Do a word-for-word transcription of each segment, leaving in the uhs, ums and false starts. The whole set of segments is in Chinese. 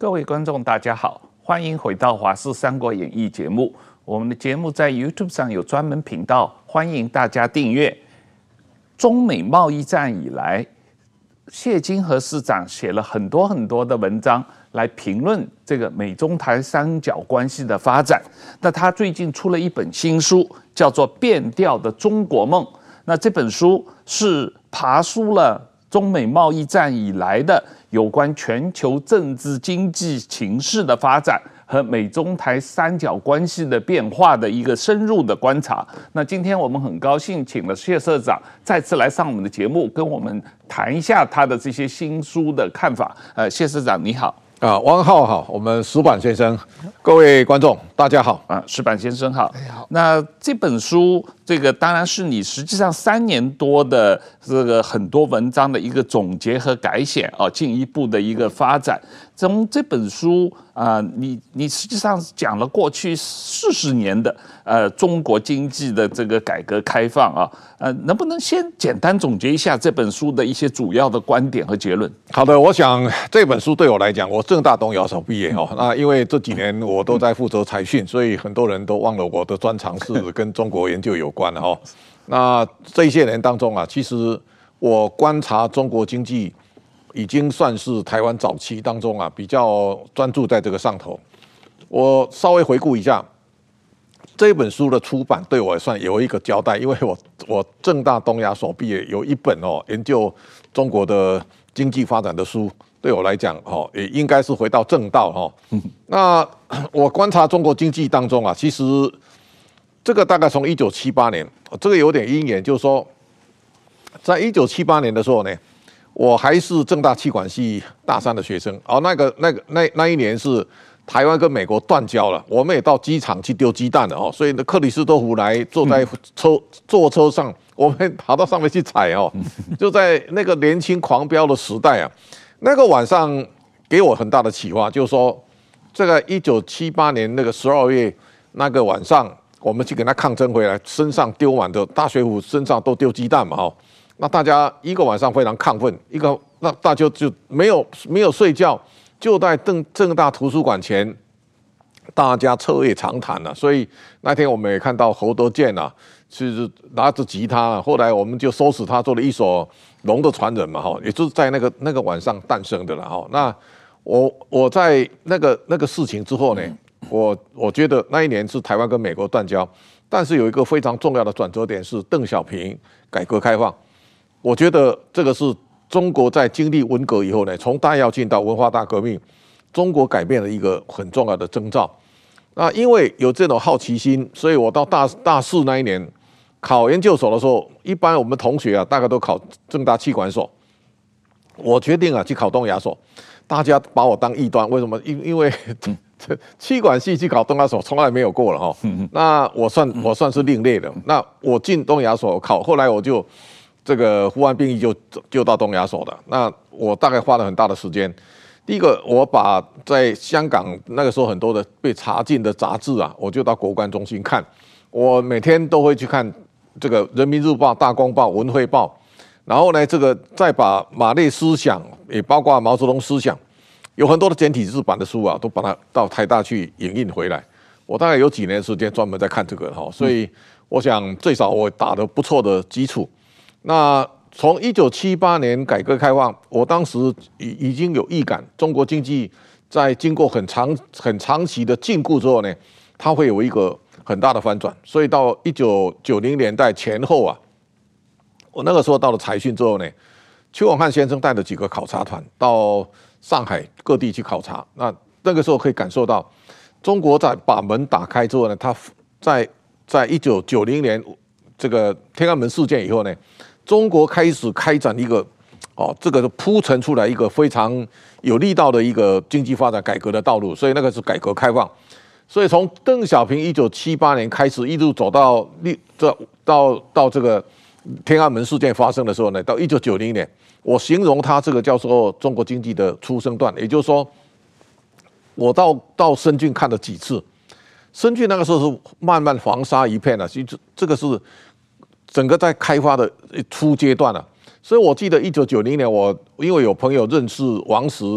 各位观众，大家好，欢迎回到《华视三国演义》节目。我们的节目在 YouTube 上有专门频道，欢迎大家订阅。中美贸易战以来，谢金河市长写了很多很多的文章来评论这个美中台三角关系的发展。那他最近出了一本新书，叫做《变调的中国梦》。那这本书是爬梳了中美贸易战以来的有关全球政治经济情势的发展和美中台三角关系的变化的一个深入的观察。那今天我们很高兴请了谢社长再次来上我们的节目，跟我们谈一下他的这些新书的看法。呃，谢社长你好。 啊，汪浩好，我们石板先生，各位观众大家好啊，石板先生好。好，那这本书，这个当然是你实际上三年多的这个很多文章的一个总结和改写啊，进一步的一个发展。从这本书啊、呃，你你实际上讲了过去四十年的呃中国经济的这个改革开放啊，呃，能不能先简单总结一下这本书的一些主要的观点和结论？ 好的，我想这本书对我来讲，我政大东亚所毕业哦，那因为这几年我都在负责财讯，所以很多人都忘了我的专长是跟中国研究有关的哦。那这些年当中啊，其实我观察中国经济，已经算是台湾早期当中啊比较专注在这个上头。我稍微回顾一下这本书的出版，对我也算有一个交代，因为我我政大东亚所毕业，有一本哦研究中国的经济发展的书，对我来讲哦也应该是回到正道哦。那我观察中国经济当中啊，其实这个大概从一九七八年，这个有点因缘，就是说，在一九七八年的时候呢。我还是政大企管系大三的学生哦，那个、那个、那那一年是台湾跟美国断交了，我们也到机场去丢鸡蛋了哦，所以呢，克里斯多夫来坐在车坐车上，我们跑到上面去踩哦，就在那个年轻狂飙的时代啊，那个晚上给我很大的启发，就是说，这个一九七八年那个十二月那个晚上，我们去跟他抗争回来，身上丢满的大学府身上都丢鸡蛋嘛哦。那大家一个晚上非常亢奋，一个那大家就没有没有睡觉，就在政政大图书馆前，大家彻夜长谈了、啊。所以那天我们也看到侯德健啊，就是拿着吉他、啊，后来我们就收拾他做了一首《龙的传人》嘛，哈，也就是在那个那个晚上诞生的了哈。那我我在那个那个事情之后呢，我我觉得那一年是台湾跟美国断交，但是有一个非常重要的转折点是邓小平改革开放。我觉得这个是中国在经历文革以后呢，从大跃进到文化大革命，中国改变了一个很重要的征兆。那因为有这种好奇心，所以我到大大四那一年考研究所的时候，一般我们同学啊，大概都考政大企管所，我决定啊去考东亚所，大家把我当异端，为什么？因因为企管系去考东亚所从来没有过了哈。那我算我算是另类的。那我进东亚所考，后来我就。这个服完兵役就就到东亚所的，那我大概花了很大的时间。第一个，我把在香港那个时候很多的被查禁的杂志啊，我就到国关中心看。我每天都会去看这个《人民日报》《大公报》《文汇报》，然后呢，这个再把马列思想，也包括毛泽东思想，有很多的简体字版的书啊，都把它到台大去影印回来。我大概有几年时间专门在看这个哈，所以我想最少我打得不错的基础。那从一九七八年改革开放，我当时已已经有预感，中国经济在经过很长很长期的禁锢之后呢，它会有一个很大的反转。所以到一九九零年代前后啊，我那个时候到了财讯之后呢，邱永汉先生带着几个考察团到上海各地去考察。那那个时候可以感受到，中国在把门打开之后呢，它在在一九九零年这个天安门事件以后呢。中国开始开展一个，哦，这个铺陈出来一个非常有力道的一个经济发展改革的道路，所以那个是改革开放。所以从邓小平一九七八年开始，一路走到这到到这个天安门事件发生的时候呢，到一九九零年，我形容它这个叫做中国经济的出生段，也就是说，我到到深圳看了几次，深圳那个时候是慢慢黄沙一片了、啊，其实这个是。整个在开发的初阶段了、啊，所以我记得一九九零年我，我因为有朋友认识王石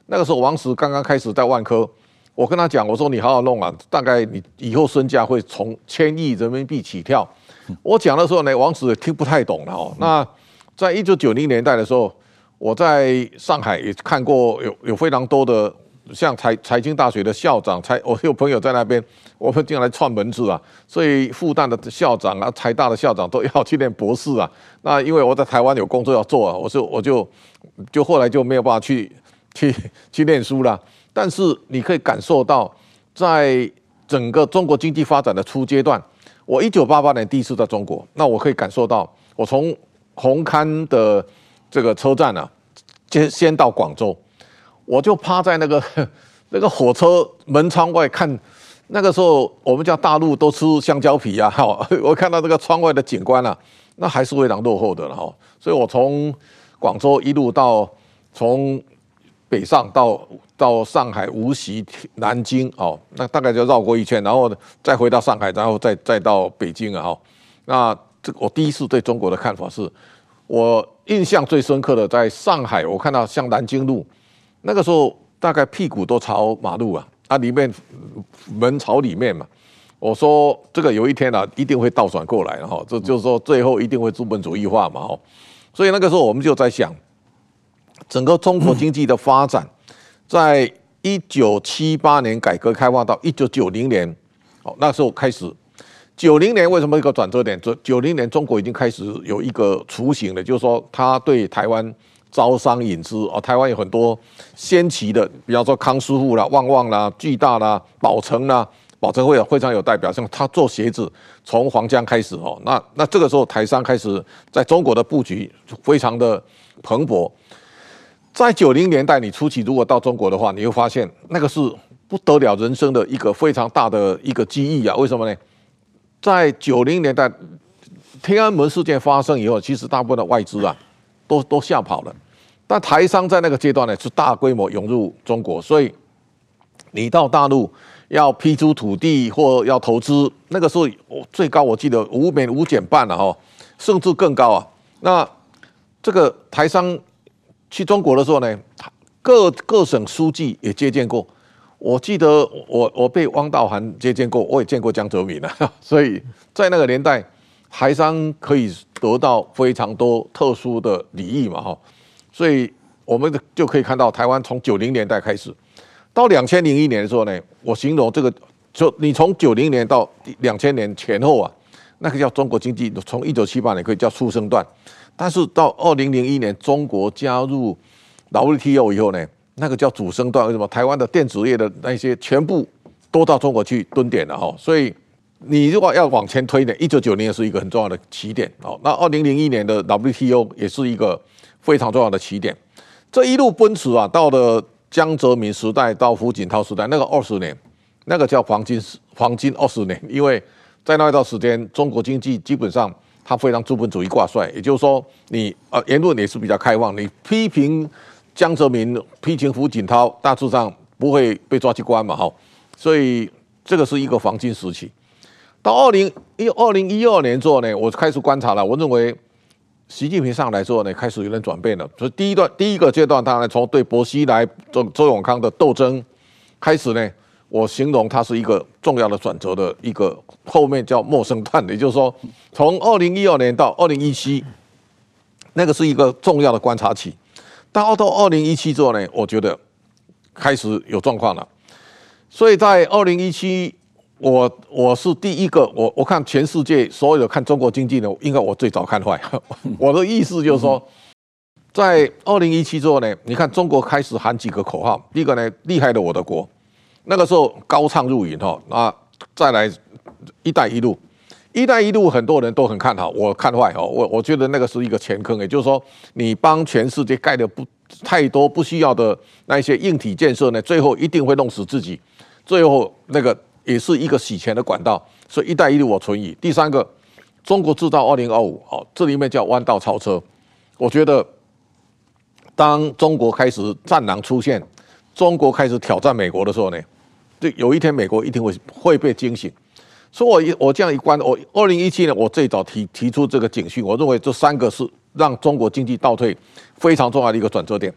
那个时候王石刚刚开始在万科，我跟他讲，我说你好好弄啊，大概你以后身价会从千亿人民币起跳。我讲的时候呢，王石也听不太懂了哦。那在一九九零年代的时候，我在上海也看过有有非常多的像财财经大学的校长，财我有朋友在那边，我们经常来串门子啊。所以复旦的校长啊，财大的校长都要去念博士啊。那因为我在台湾有工作要做啊，我说我就就后来就没有办法去去去念书了。但是你可以感受到，在整个中国经济发展的初阶段，我一九八八年第一次在中国，那我可以感受到，我从红磡的这个车站啊，先先到广州，我就趴在那个那个火车门窗外看，那个时候我们叫大陆都吃香蕉皮啊，哈，我看到这个窗外的景观啊，那还是非常落后的了哈。所以我从广州一路到从北上到到上海、无锡、南京哦，那大概就绕过一圈，然后再回到上海，然后再再到北京啊哈。那这我第一次对中国的看法是，我印象最深刻的，在上海，我看到像南京路，那个时候大概屁股都朝马路啊，啊里面门朝里面嘛。我说这个有一天啊，一定会倒转过来哈，这就是说最后一定会资本主义化嘛哈。所以那个时候我们就在想，整个中国经济的发展，在一九七八年改革开放到一九九零年，哦那时候开始。九零年为什么一个转折点？九零年中国已经开始有一个雏形了，就是说他对台湾招商引资哦，台湾有很多先期的，比方说康师傅啦、旺旺啦、巨大啦、宝成啦，宝成会非常有代表性。他做鞋子从黄江开始哦，那那这个时候台商开始在中国的布局非常的蓬勃。在九零年代你初期如果到中国的话，你会发现那个是不得了人生的一个非常大的一个机遇啊！为什么呢？在九零年代，天安门事件发生以后，其实大部分的外资啊，都都吓跑了。但台商在那个阶段呢，是大规模涌入中国，所以你到大陆要批出土地或要投资，那个时候最高我记得五免五减半了哈，甚至更高啊。那这个台商去中国的时候呢，各各省书记也接见过。我记得我我被汪道涵接见过，我也见过江泽民啊，所以在那个年代，台商可以得到非常多特殊的礼遇嘛哈，所以我们就可以看到台湾从九零年代开始，到两千零一年的时候呢，我形容这个，就你从九零年到两千年前后啊，那个叫中国经济从一九七八年可以叫出生段，但是到二零零一年中国加入 W T O 以后呢？那个叫主升段，为什么台湾的电子业的那些全部都到中国去蹲点了哈？所以你如果要往前推呢，一九九零年是一个很重要的起点哦。那二零零一年的 W T O 也是一个非常重要的起点。这一路奔驰啊，到了江泽民时代到胡锦涛时代，那个二十年，那个叫黄金黄金二十年，因为在那一段时间，中国经济基本上它非常资本主义挂帅，也就是说你呃言论也是比较开放，你批评。江泽民批评胡锦涛，大致上不会被抓去关嘛，哈，所以这个是一个黄金时期。到二零一二零一二年之后呢，我开始观察了，我认为习近平上来之后呢，开始有点转变了。所以第一段第一个阶段，当然从对薄熙来、周周永康的斗争开始呢，我形容它是一个重要的转折的一个后面叫陌生段，也就是说，从二零一二年到二零一七，那个是一个重要的观察期。到到二零一七之后呢，我觉得开始有状况了。所以在二零一七，我我是第一个，我我看全世界所有的看中国经济呢，应该我最早看坏。我的意思就是说，在二零一七之后呢，你看中国开始喊几个口号，第一个呢，厉害的我的国，那个时候高唱入云哈，那再来一带一路。一带一路很多人都很看好，我看坏哦，我我觉得那个是一个钱坑，也就是说，你帮全世界盖的不太多不需要的那一些硬体建设呢，最后一定会弄死自己，最后那个也是一个洗钱的管道，所以一带一路我存疑。第三个，中国制造二零二五，哦，这里面叫弯道超车，我觉得当中国开始战狼出现，中国开始挑战美国的时候呢，就有一天美国一定会会被惊醒。所以我一我这样一观，我二零一七年我最早提提出这个警讯，我认为这三个是让中国经济倒退非常重要的一个转折点。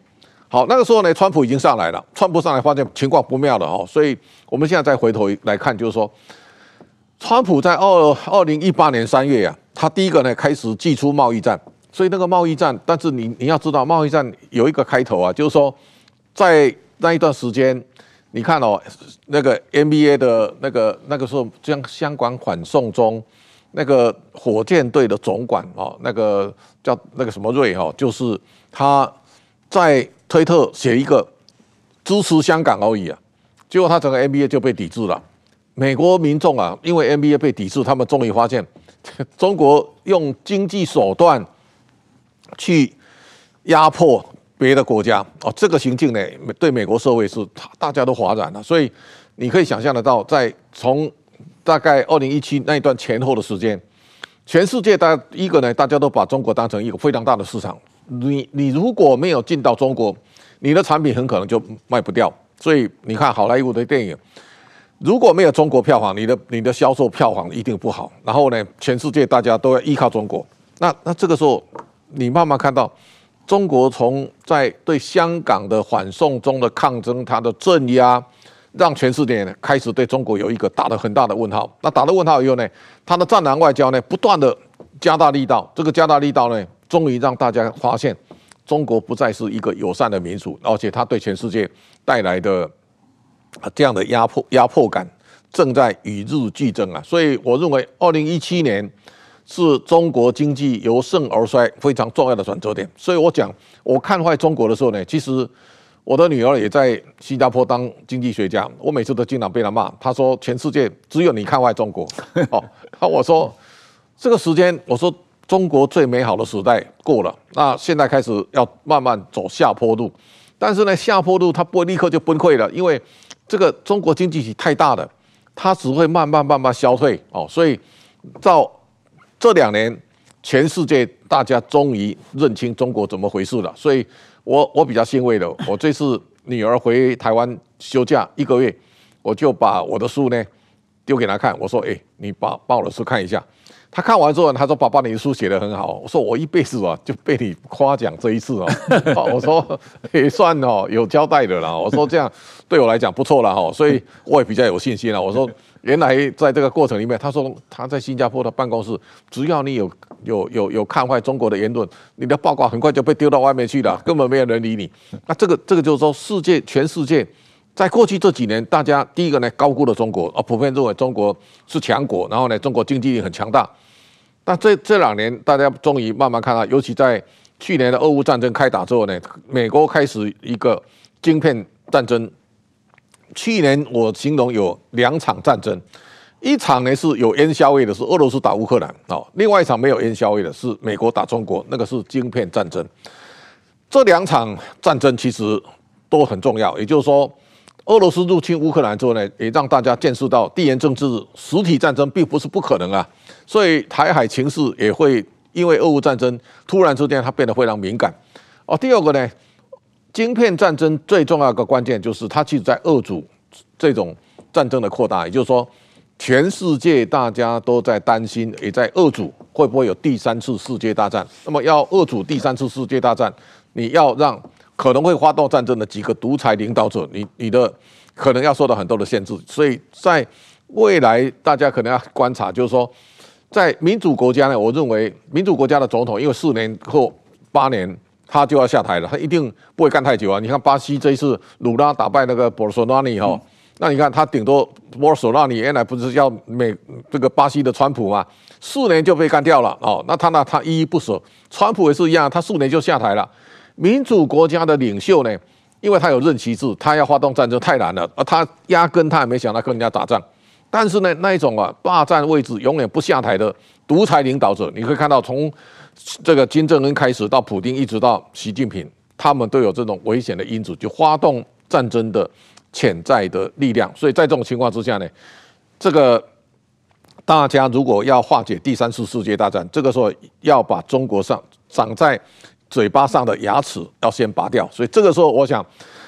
好，那个时候呢，川普已经上来了，川普上来发现情况不妙了哦，所以我们现在再回头来看，就是说，川普在二二零一八年三月呀、啊，他第一个呢开始祭出贸易战，所以那个贸易战，但是你你要知道，贸易战有一个开头啊，就是说，在那一段时间，你看哦，那个 N B A 的那个那个时候将香港反送中，那个火箭队的总管哦，那个叫那个什么瑞哦，就是他在推特写一个支持香港而已啊，结果他整个 N B A 就被抵制了。美国民众啊，因为 N B A 被抵制，他们终于发现中国用经济手段去压迫别的国家哦，这个行径呢，对美国社会是大家都哗然了。所以你可以想象得到，在从大概二零一七那一段前后的时间，全世界大家一个呢，大家都把中国当成一个非常大的市场。你你如果没有进到中国，你的产品很可能就卖不掉。所以你看好莱坞的电影，如果没有中国票房，你的你的销售票房一定不好。然后呢，全世界大家都要依靠中国。那那这个时候，你慢慢看到中国从在对香港的反送中的抗争，它的镇压，让全世界呢开始对中国有一个打的很大的问号。那打了问号以后呢，它的战狼外交呢不断的加大力道。这个加大力道呢，终于让大家发现，中国不再是一个友善的民主，而且它对全世界带来的这样的压迫压迫感正在与日俱增啊！所以我认为，二零一七年是中国经济由盛而衰非常重要的转折点。所以我讲，我看坏中国的时候呢，其实我的女儿也在新加坡当经济学家，我每次都经常被她骂，她说全世界只有你看坏中国。哦，我说这个时间，我说。中国最美好的时代过了，那现在开始要慢慢走下坡路，但是呢，下坡路它不会立刻就崩溃了，因为这个中国经济体太大了，它只会慢慢慢慢消退哦。所以到这两年，全世界大家终于认清中国怎么回事了。所以我我比较欣慰的，我这次女儿回台湾休假一个月，我就把我的书呢丢给她看，我说：“哎、欸，你把把我的书看一下。”他看完之后，他说：“爸爸，你的书写得很好。”我说：“我一辈子啊，就被你夸奖这一次哦。”我说：“也算哦，有交代的啦。”我说：“这样对我来讲不错了哈，所以我也比较有信心了。”我说：“原来在这个过程里面，他说他在新加坡的办公室，只要你有有有有看坏中国的言论，你的报告很快就被丢到外面去了，根本没有人理你。”那这个这个就是说，世界全世界。在过去这几年，大家第一个呢高估了中国，啊，普遍认为中国是强国，然后呢，中国经济力很强大。但这这两年，大家终于慢慢看到，尤其在去年的俄乌战争开打之后呢，美国开始一个晶片战争。去年我形容有两场战争，一场呢是有烟硝味的，是俄罗斯打乌克兰哦；另外一场没有烟硝味的，是美国打中国，那个是晶片战争。这两场战争其实都很重要，也就是说。俄罗斯入侵乌克兰之后呢，也让大家见识到地缘政治实体战争并不是不可能啊，所以台海情势也会因为俄乌战争突然之间它变得非常敏感。哦，第二个呢，晶片战争最重要的关键就是它其实在遏阻这种战争的扩大，也就是说，全世界大家都在担心，也在遏阻会不会有第三次世界大战。那么要遏阻第三次世界大战，你要让可能会发动战争的几个独裁领导者，你你的可能要受到很多的限制，所以在未来大家可能要观察，就是说，在民主国家呢，我认为民主国家的总统，因为四年后八年他就要下台了，他一定不会干太久啊。你看巴西这一次鲁拉打败那个博索纳尼哈，那你看他顶多博索纳尼原来不是叫美这个巴西的川普嘛，四年就被干掉了哦，那他呢他依依不舍，川普也是一样，他四年就下台了。民主国家的领袖呢，因为他有任期制，他要发动战争太难了，而他压根他也没想到跟人家打仗。但是呢，那一种啊霸占位置永远不下台的独裁领导者，你可以看到从这个金正恩开始到普丁，一直到习近平，他们都有这种危险的因子，就发动战争的潜在的力量。所以在这种情况之下呢，这个大家如果要化解第三次世界大战，这个时候要把中国上长在嘴巴上的牙齿要先拔掉，所以这个时候我想，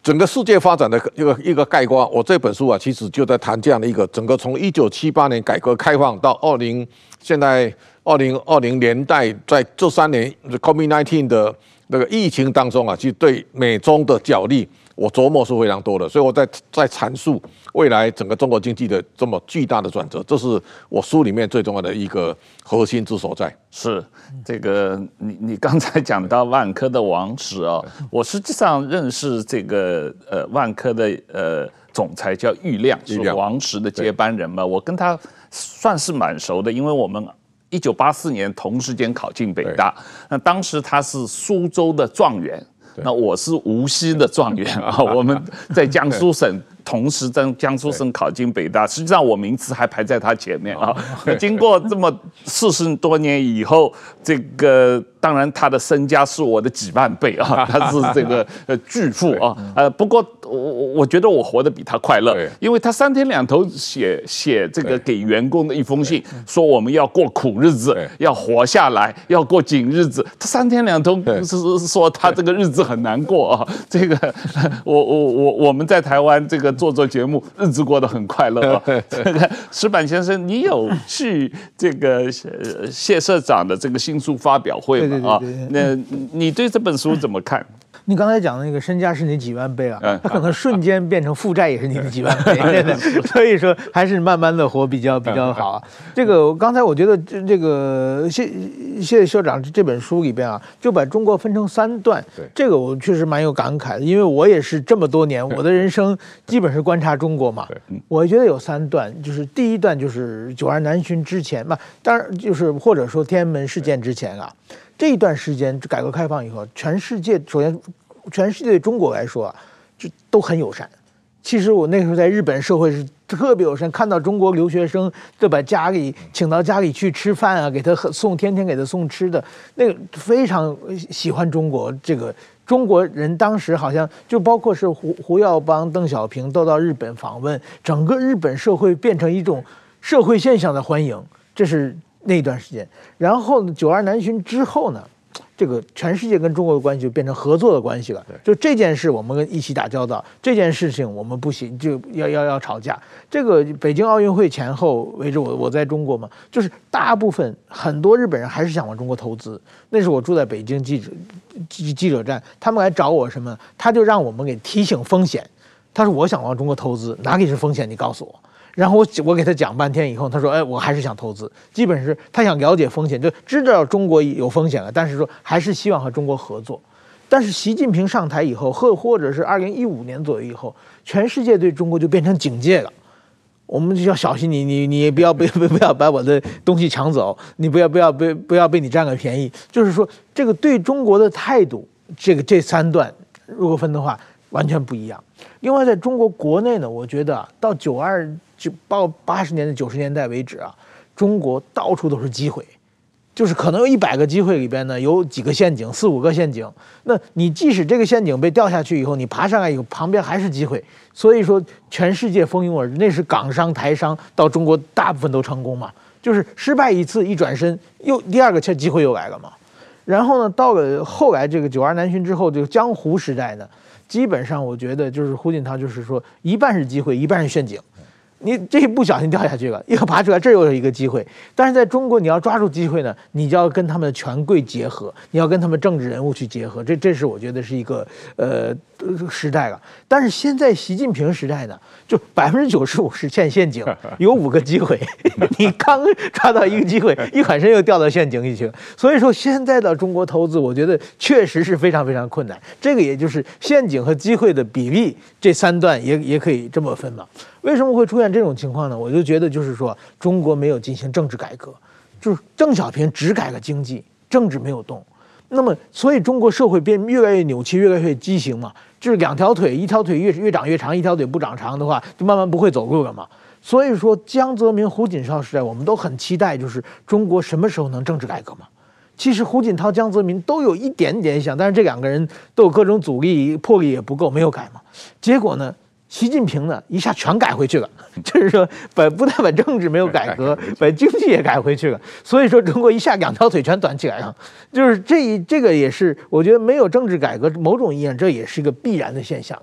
整个世界发展的一个一个概括，我这本书啊，其实就在谈这样的一个整个从一九七八年改革开放到二零现在二零二零年代，在这三年 COVID 十九 的那个疫情当中啊，其实对美中的角力，我琢磨是非常多的，所以我在在阐述未来整个中国经济的这么巨大的转折，这是我书里面最重要的一个核心之所在。 是这个，你你刚才讲到万科的王石啊、哦，我实际上认识这个呃万科的呃总裁叫郁亮，是王石的接班人嘛，我跟他算是蛮熟的，因为我们一九八四年同时间考进北大，那当时他是苏州的状元。那我是无锡的状元啊，我们在江苏省同时在江苏省考进北大，实际上我名次还排在他前面啊。那经过这么四十多年以后，这个当然他的身家是我的几万倍啊，他是这个呃巨富啊。呃，不过我我觉得我活得比他快乐，因为他三天两头写写这个给员工的一封信，说我们要过苦日子，要活下来，要过紧日子。他三天两头是说他这个日子很难过啊。这个我我我我们在台湾这个做做节目，日子过得很快乐啊。这个石板先生，你有去这个谢社长的这个新书发表会吗？啊，那你对这本书怎么看？ 你刚才讲的那个身家是你几万倍啊，他可能瞬间变成负债也是你的几万倍，所以说还是慢慢的活比较比较好啊。这个刚才我觉得这这个谢谢社长这本书里边啊，就把中国分成三段，这个我确实蛮有感慨的，因为我也是这么多年，我的人生基本是观察中国嘛，我觉得有三段，就是第一段就是九二南巡之前嘛，当然就是或者说天安门事件之前啊。这一段时间，改革开放以后，全世界首先，全世界对中国来说啊，就都很友善。其实我那时候在日本社会是特别友善，看到中国留学生就把家里请到家里去吃饭啊，给他送，天天给他送吃的，那个非常喜欢中国。这个中国人当时好像就包括是胡胡耀邦、邓小平都到日本访问，整个日本社会变成一种社会现象的欢迎，这是。那段时间，然后呢，九二南巡之后呢，这个全世界跟中国的关系就变成合作的关系了。就这件事，我们一起打交道；这件事情我们不行，就要要要吵架。这个北京奥运会前后为止，我我在中国嘛，就是大部分很多日本人还是想往中国投资。那时候我住在北京记者记记者站，他们来找我什么，他就让我们给提醒风险。他说我想往中国投资，哪里是风险？你告诉我。然后我我给他讲半天以后，他说：“哎，我还是想投资。基本是他想了解风险，就知道中国有风险了，但是说还是希望和中国合作。但是习近平上台以后，或或者是二零一五年左右以后，全世界对中国就变成警戒了。我们就要小心你，你你不要不不不要把我的东西抢走，你不要不要不不要被你占个便宜。就是说，这个对中国的态度，这个这三段如果分的话，完全不一样。另外，在中国国内呢，我觉得啊，到九二。就到八十年代、九十年代为止啊，中国到处都是机会，就是可能有一百个机会里边呢，有几个陷阱，四五个陷阱。那你即使这个陷阱被掉下去以后，你爬上来以后，旁边还是机会。所以说，全世界蜂拥而至，那是港商、台商到中国大部分都成功嘛，就是失败一次，一转身又第二个机会又来了嘛。然后呢，到了后来这个九二南巡之后，这个江湖时代呢，基本上我觉得就是胡锦涛就是说，一半是机会，一半是陷阱。你这一不小心掉下去了，又爬出来，这又是一个机会。但是在中国，你要抓住机会呢，你就要跟他们的权贵结合，你要跟他们政治人物去结合，这这是我觉得是一个呃时代了。但是现在习近平时代呢，就百分之九十五是陷陷阱，有五个机会，你刚抓到一个机会，一转身又掉到陷阱里去了。所以说，现在的中国投资，我觉得确实是非常非常困难。这个也就是陷阱和机会的比例，这三段也也可以这么分嘛。为什么会出现这种情况呢？我就觉得就是说，中国没有进行政治改革，就是邓小平只改革经济，政治没有动。那么，所以中国社会变越来越扭曲，越来越畸形嘛。就是两条腿，一条腿越越长越长，一条腿不长长的话，就慢慢不会走路了嘛。所以说，江泽民、胡锦涛时代，我们都很期待，就是中国什么时候能政治改革嘛？其实胡锦涛、江泽民都有一点点想，但是这两个人都有各种阻力，魄力也不够，没有改嘛。结果呢？习近平呢，一下全改回去了，就是说，把不但把政治没有改革，把经济也改回去了。所以说，中国一下两条腿全短起来了。就是这这个也是，我觉得没有政治改革，某种意义上这也是一个必然的现象啊。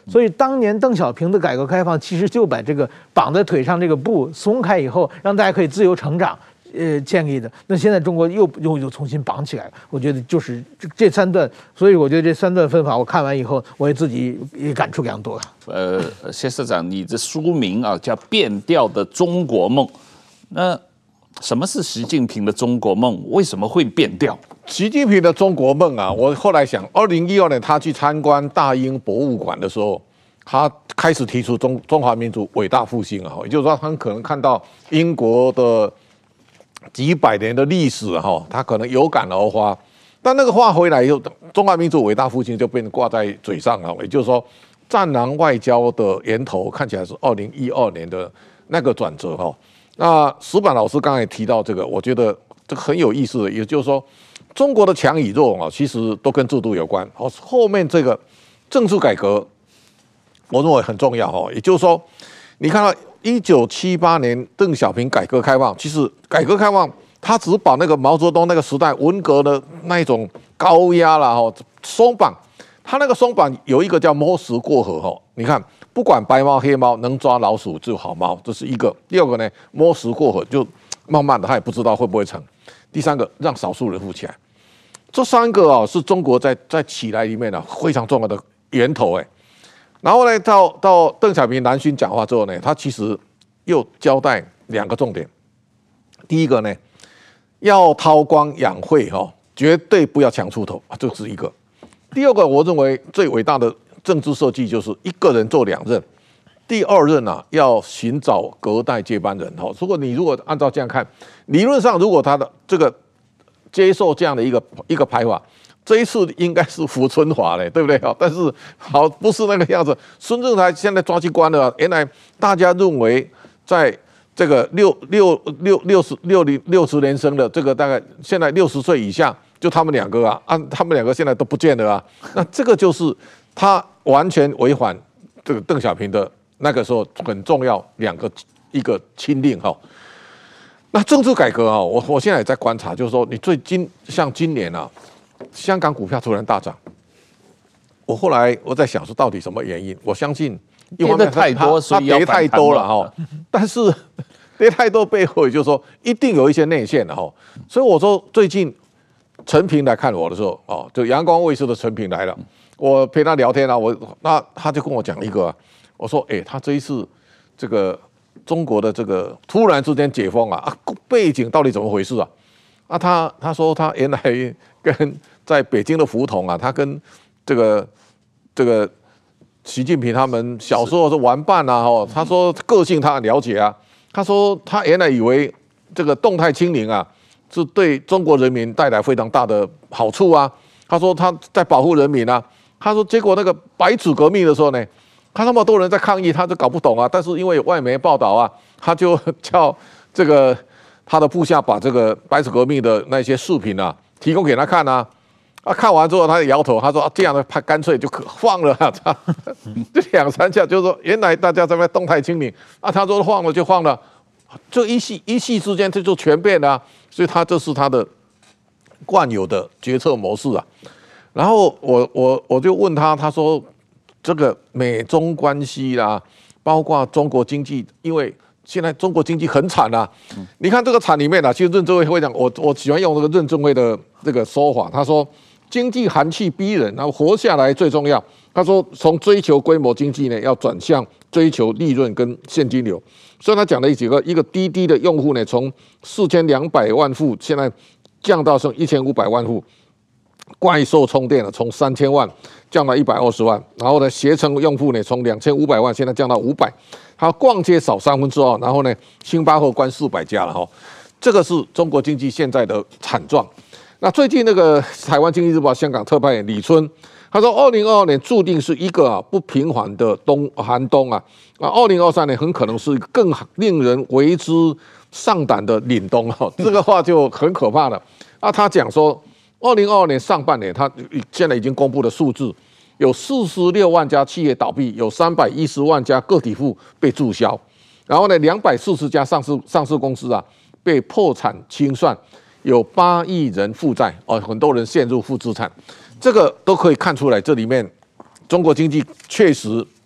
所以当年邓小平的改革开放，其实就把这个绑在腿上这个布松开以后，让大家可以自由成长。呃，建立的。那现在中国又又又重新绑起来了，我觉得就是这这三段，所以我觉得这三段分法，我看完以后，我也自己也感触良多。 呃，谢社长，你的书名啊叫《变调的中国梦》，那什么是习近平的中国梦？为什么会变调？ 习近平的中国梦啊，我后来想，二零一二年他去参观大英博物馆的时候，他开始提出中中华民族伟大复兴啊，也就是说，他可能看到英国的几百年的历史哈，他可能有感而发。但那个话回来以后，中华民族伟大复兴就变成挂在嘴上了。也就是说，战狼外交的源头看起来是二零一二年的那个转折哈。那石板老师刚才也提到这个，我觉得这个很有意思的，也就是说，中国的强与弱啊，其实都跟制度有关。好，后面这个政治改革，我认为很重要哈。也就是说，你看到一九七八年邓小平改革开放，其实改革开放他只把那个毛泽东那个时代文革的那一种高压啦哈松绑，他那个松绑有一个叫摸石过河哈。你看，不管白猫黑猫，能抓老鼠就好猫，这是一个。第二个呢，摸石过河就慢慢的他也不知道会不会成。第三个，让少数人富起来。这三个啊是中国在在起来里面呢、啊、非常重要的源头哎。然后呢，到到邓小平南巡讲话之后呢，他其实又交代两个重点。第一个呢，要韬光养晦哈，绝对不要强出头啊，这是一个。第二个，我认为最伟大的政治设计就是一个人做两任。第二任啊，要寻找隔代接班人哈。如果你如果按照这样看，理论上如果他的这个接受这样的一个一个排法。这一次应该是胡春华嘞，对不对？但是好不是那个样子。孙政才现在抓去关了。原来大家认为，在这个六六六六十六零六十年生的这个大概现在六十岁以下，就他们两个啊，啊，他们两个现在都不见了啊。那这个就是他完全违反这个邓小平的那个时候很重要两个一个钦令哈。那政治改革啊，我我现在也在观察，就是说你最近像今年啊。香港股票突然大涨，我后来我在想说到底什么原因？我相信跌的太多，所以它跌太多了哈。但是跌太多背后，也就是说一定有一些内线的哈。所以我说最近陈平来看我的时候，哦，就阳光卫视的陈平来了，我陪他聊天啊，我那他就跟我讲一个、啊，我说哎、欸，他这一次这个中国的这个突然之间解封啊，啊背景到底怎么回事啊？啊，他他说他原来跟在北京的胡同啊，他跟这个这个习近平他们小时候是玩伴啊，哦，他说个性他很了解啊，他说他原来以为这个动态清零啊是对中国人民带来非常大的好处啊，他说他在保护人民啊，他说结果那个白纸革命的时候呢，他那么多人在抗议，他就搞不懂啊，但是因为有外媒报道啊，他就叫这个。他的部下把这个白纸革命的那些视频啊提供给他看啊，啊看完之后他摇头，他说、啊、这样的他干脆就可放了啊，这两三下就是说原来大家在那动态清零啊，他说放了就放了，这一夕一夕之间这就全变了、啊，所以他这是他的惯有的决策模式啊。然后我我我就问他，他说这个美中关系啦，包括中国经济，因为。现在中国经济很惨啊！嗯、你看这个惨里面啊，其实任正非会讲，我我喜欢用这个任正非的这个说法，他说经济寒气逼人，然后活下来最重要。他说从追求规模经济呢，要转向追求利润跟现金流。所以他讲了几个，一个滴滴的用户呢，从四千两百万户现在降到剩一千五百万户。怪兽充电了，从三千万降到一百二十万，然后呢，携程用户呢从两千五百万现在降到五百，它逛街少三分之二，然后呢，星巴克关四百家了哈，这个是中国经济现在的惨状。那最近那个台湾经济日报香港特派员李春，他说，二零二二年注定是一个啊不平缓的冬寒冬啊，啊，二零二三年很可能是更令人为之丧胆的凛冬哈，这个话就很可怕了。啊，他讲说。二零二二年上半年，他现在已经公布的数字，有四十六万家企业倒闭，有三百一十万家个体户被注销，然后呢，两百四十家上市上市公司啊被破产清算，有八亿人负债哦，很多人陷入负资产，这个都可以看出来，这里面中国经济确实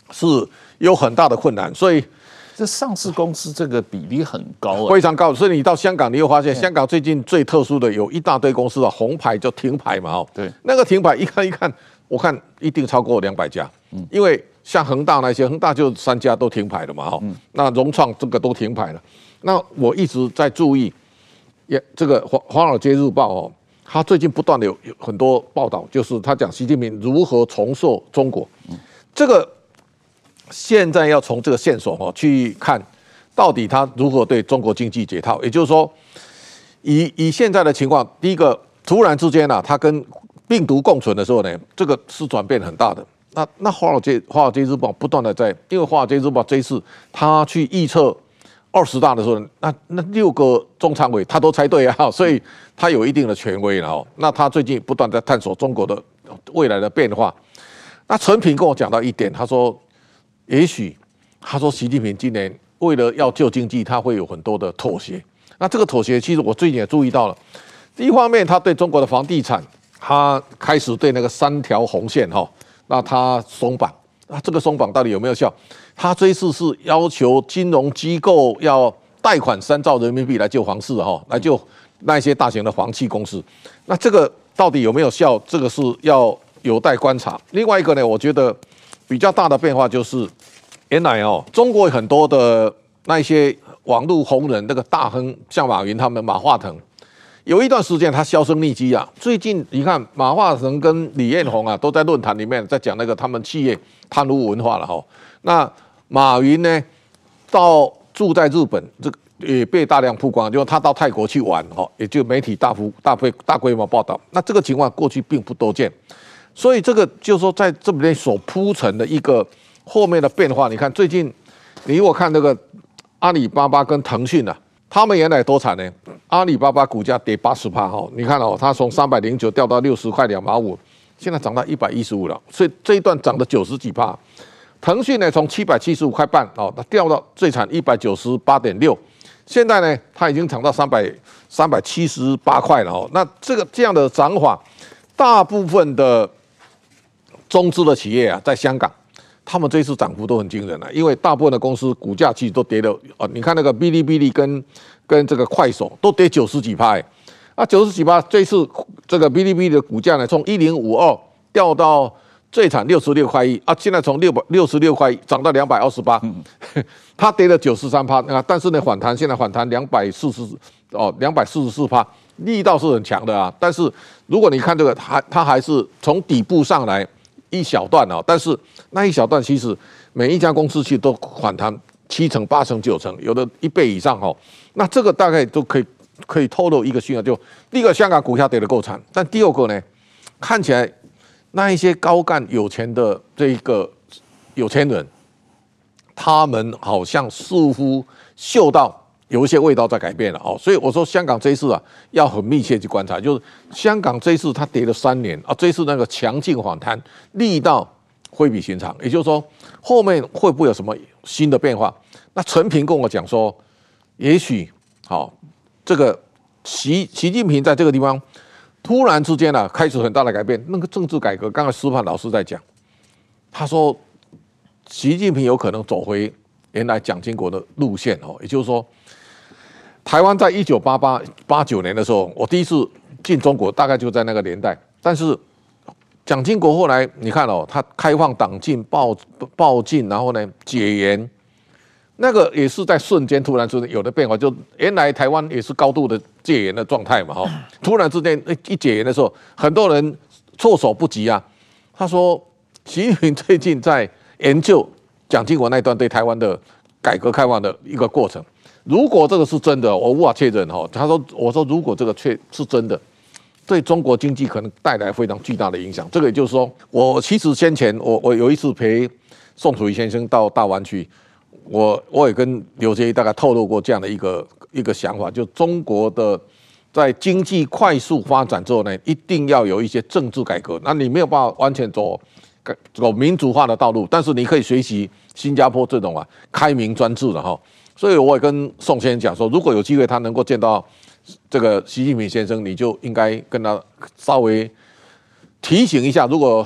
是有很大的困难，所以。 这上市公司这个比例很高、啊， 非常高。所以你到香港，你会发现香港最近最特殊的有一大堆公司啊，红牌就停牌嘛，哦， 对， 那个停牌一看一看，我看一定超过两百家，嗯，因为像恒大那些，恒大就三家都停牌了嘛，哦，嗯，那融创这个都停牌了。那我一直在注意，也这个华华尔街日报哦，他最近不断的有有很多报道，就是他讲习近平如何重塑中国，嗯，这个。现在要从这个线索哦去看，到底他如何对中国经济解套。也就是说，以以现在的情况，第一个，突然之间啊，他跟病毒共存的时候呢，这个是转变很大的。那那华尔街华尔街日报不断的在，因为华尔街日报这一次他去预测二十大的时候，那那六个中常委他都猜对啊，所以他有一定的权威了哦。那他最近不断在探索中国的未来的变化。那陈平跟我讲到一点，他说。也许他说，习近平今年为了要救经济，他会有很多的妥协。那这个妥协，其实我最近也注意到了。第一方面，他对中国的房地产，他开始对那个三条红线哈，那他松绑。那这个松绑到底有没有效？他这一次是要求金融机构要贷款三兆人民币来救房市哈，来救那一些大型的房企公司。那这个到底有没有效？这个是要有待观察。另外一个呢，我觉得比较大的变化就是。原来哦，中国很多的那些网络红人，那个大亨，像马云他们、马化腾，有一段时间他销声匿迹啊。最近你看，马化腾跟李彦宏啊，都在论坛里面在讲那个他们企业贪污文化了哈。那马云呢，到住在日本，这个也被大量曝光，就是他到泰国去玩哈，也就媒体大幅大规大规模报道。那这个情况过去并不多见，所以这个就是说在这边所铺陈的一个。后面的变化，你看最近，你如果看那个阿里巴巴跟腾讯啊，他们原来多惨呢？阿里巴巴股价跌八十趴哈，你看哦，它从三百零九掉到六十块两毛五，现在涨到一百一十五了，所以这一段涨了九十几趴。腾讯呢，从七百七十五块半哦，它掉到最惨一百九十八点六，现在呢，它已经涨到三百三百七十八块了哦。那这个这样的涨法，大部分的中资的企业啊，在香港。他们这次涨幅都很惊人了，因为大部分的公司股价其实都跌了啊！你看那个哔哩哔哩跟跟这个快手都跌九十几趴，啊，九十几趴，这次这个哔哩哔哩的股价呢，从一零五二掉到最惨六十六块一啊，现在从六百六十六块涨到两百二十八，它跌了九十三趴啊，但是呢反弹，现在反弹两百四十哦，两百四十四趴，力道是很强的啊。但是如果你看这个，还它还是从底部上来。一小段哦，但是那一小段其实每一家公司其实都反弹七成、八成、九成，有的一倍以上哦。那这个大概都可以可以透露一个讯号，就第一个香港股票跌得够惨，但第二个呢，看起来那一些高干有钱的这一个有钱人，他们好像似乎嗅到。有一些味道在改变了哦，所以我说香港这一次啊，要很密切去观察，就是香港这一次它跌了三年啊，这一次那个强劲反弹力道会比寻常，也就是说后面会不会有什么新的变化？那陈平跟我讲说，也许好、哦，这个习习近平在这个地方突然之间啊，开始很大的改变，那个政治改革，刚才施范老师在讲，他说习近平有可能走回原来蒋经国的路线哦，也就是说。台湾在一九八八八九年的时候，我第一次进中国，大概就在那个年代。但是蒋经国后来，你看哦，他开放党禁、报报禁，然后呢解严，那个也是在瞬间突然之间有的变化。就原来台湾也是高度的戒严的状态嘛，哈，突然之间一解严的时候，很多人措手不及啊。他说，习近平最近在研究蒋经国那段对台湾的改革开放的一个过程。如果这个是真的，我无法确认哈。他说：“我说如果这个确是真的，对中国经济可能带来非常巨大的影响。这个也就是说，我其实先前我我有一次陪宋楚瑜先生到大湾区，我我也跟刘杰大概透露过这样的一个一个想法，就中国的在经济快速发展之后呢，一定要有一些政治改革。那你没有办法完全走走民主化的道路，但是你可以学习新加坡这种啊开明专制的哈。”所以我也跟宋先生讲说，如果有机会他能够见到这个习近平先生，你就应该跟他稍微提醒一下，如果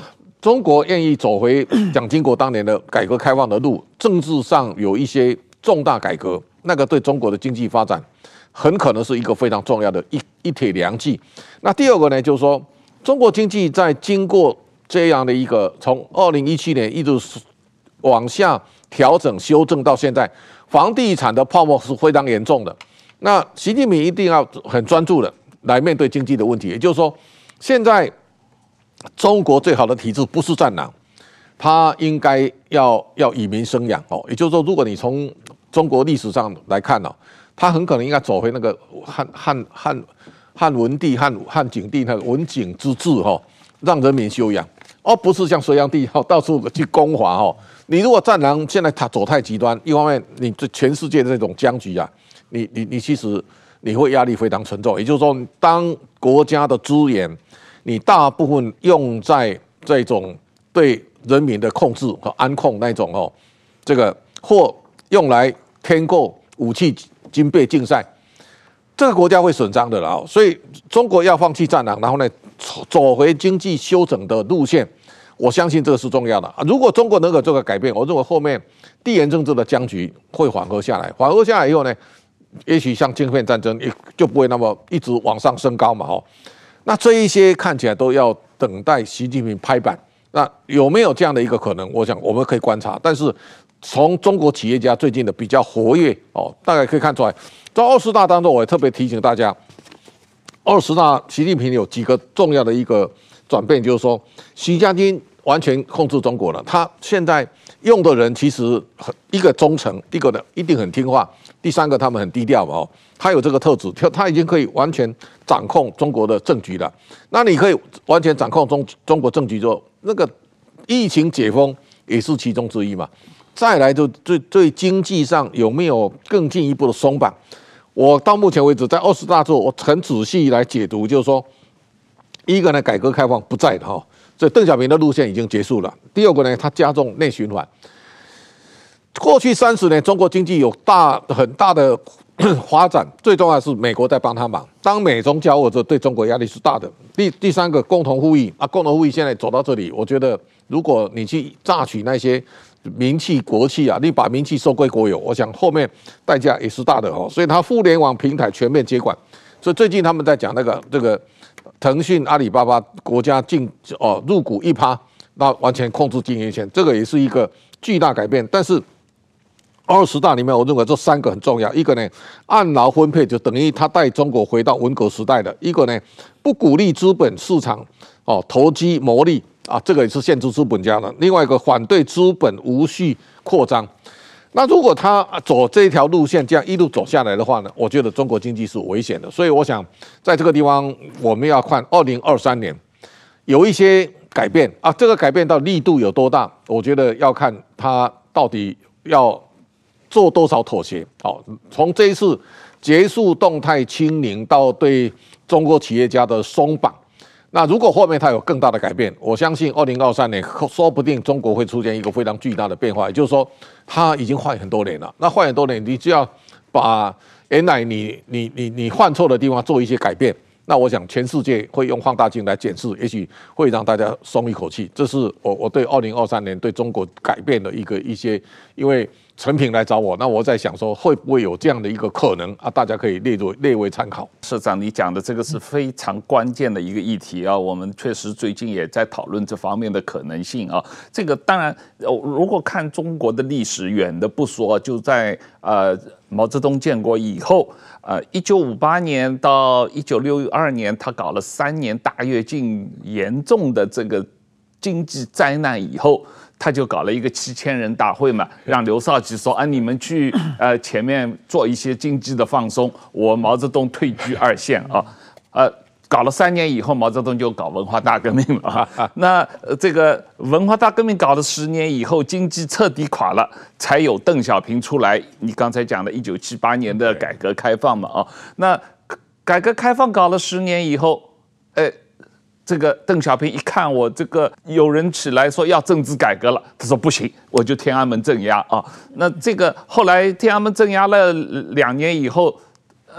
中国愿意走回蒋经国当年的改革开放的路，政治上有一些重大改革，那个对中国的经济发展很可能是一个非常重要的一一铁良剂。那第二个呢，就是说中国经济在经过这样的一个从二零一七年一直往下调整修正到现在，房地产的泡沫是非常严重的。那习近平一定要很专注的来面对经济的问题，也就是说，现在中国最好的体制不是战狼，它应该要要以民生养哦。也就是说，如果你从中国历史上来看哦，它很可能应该走回那个汉汉汉汉文帝、汉汉景帝那个文景之治哈、哦，让人民休养，而不是像隋炀帝哦到处去攻华哦。你如果战狼现在他走太极端，一方面你这全世界的这种僵局啊，你你你其实你会压力非常沉重。也就是说，当国家的资源你大部分用在这种对人民的控制和安控那种哦，这个或用来添购武器军备竞赛，这个国家会损伤的了。所以中国要放弃战狼，然后呢走回经济休整的路线，我相信这个是重要的。如果中国能够做个改变，我认为后面地缘政治的僵局会缓和下来。缓和下来以后呢，也许像晶片战争也就不会那么一直往上升高嘛，哦。那这一些看起来都要等待习近平拍板。那有没有这样的一个可能？我想我们可以观察。但是从中国企业家最近的比较活跃哦，大概可以看出来，在二十大当中，我也特别提醒大家，二十大习近平有几个重要的一个转变，就是说，习家军完全控制中国了。他现在用的人其实一个忠诚，一个呢一定很听话，第三个他们很低调嘛哦。他有这个特质，他已经可以完全掌控中国的政局了。那你可以完全掌控中中国政局之后，那个疫情解封也是其中之一嘛。再来就对对经济上有没有更进一步的松绑？我到目前为止在二十大之后，我很仔细来解读，就是说，一个呢改革开放不在的哈，所以邓小平的路线已经结束了。第二个呢，它加重内循环。过去三十年，中国经济有大很大的发展，最重要的是美国在帮他忙。当美中交恶，这对中国压力是大的。第第三个，共同富裕啊，共同富裕现在走到这里，我觉得如果你去榨取那些民企、国企啊，你把民企收归国有，我想后面代价也是大的哦。所以它互联网平台全面接管。所以最近他们在讲那个这个腾讯、阿里巴巴国家进哦入股一趴，那完全控制经营权，这个也是一个巨大改变。但是二十大里面，我认为这三个很重要。一个呢，按劳分配，就等于他带中国回到文革时代的；一个呢，不鼓励资本市场哦投机牟利啊，这个也是限制资本家的；另外一个，反对资本无序扩张。那如果他走这一条路线，这样一路走下来的话呢，我觉得中国经济是危险的。所以我想在这个地方，我们要看二零二三年有一些改变啊，这个改变到力度有多大，我觉得要看他到底要做多少妥协？好，从这一次结束动态清零到对中国企业家的松绑，那如果后面它有更大的改变，我相信二零二三年说不定中国会出现一个非常巨大的变化。也就是说，它已经坏很多年了。那坏很多年，你只要把原来你你你你犯错的地方做一些改变，那我想全世界会用放大镜来检视，也许会让大家松一口气。这是我我对二零二三年对中国改变的一个一些，因为陈平来找我，那我在想说会不会有这样的一个可能啊？大家可以列入列为参考。 社长，你讲的这个是非常关键的一个议题啊，我们确实最近也在讨论这方面的可能性啊。这个当然，如果看中国的历史，远的不说，就在呃毛泽东建国以后，呃，一九五八年到一九六二年，他搞了三年大跃进，严重的这个经济灾难以后。他就搞了一个七千人大会嘛，让刘少奇说啊，你们去呃前面做一些经济的放松，我毛泽东退居二线啊，呃，搞了三年以后，毛泽东就搞文化大革命了啊。那、呃、这个文化大革命搞了十年以后，经济彻底垮了，才有邓小平出来。你刚才讲的一九七八年的改革开放嘛啊，那改革开放搞了十年以后，呃。这个邓小平一看我这个有人起来说要政治改革了，他说不行，我就天安门镇压啊。那这个后来天安门镇压了两年以后，呃，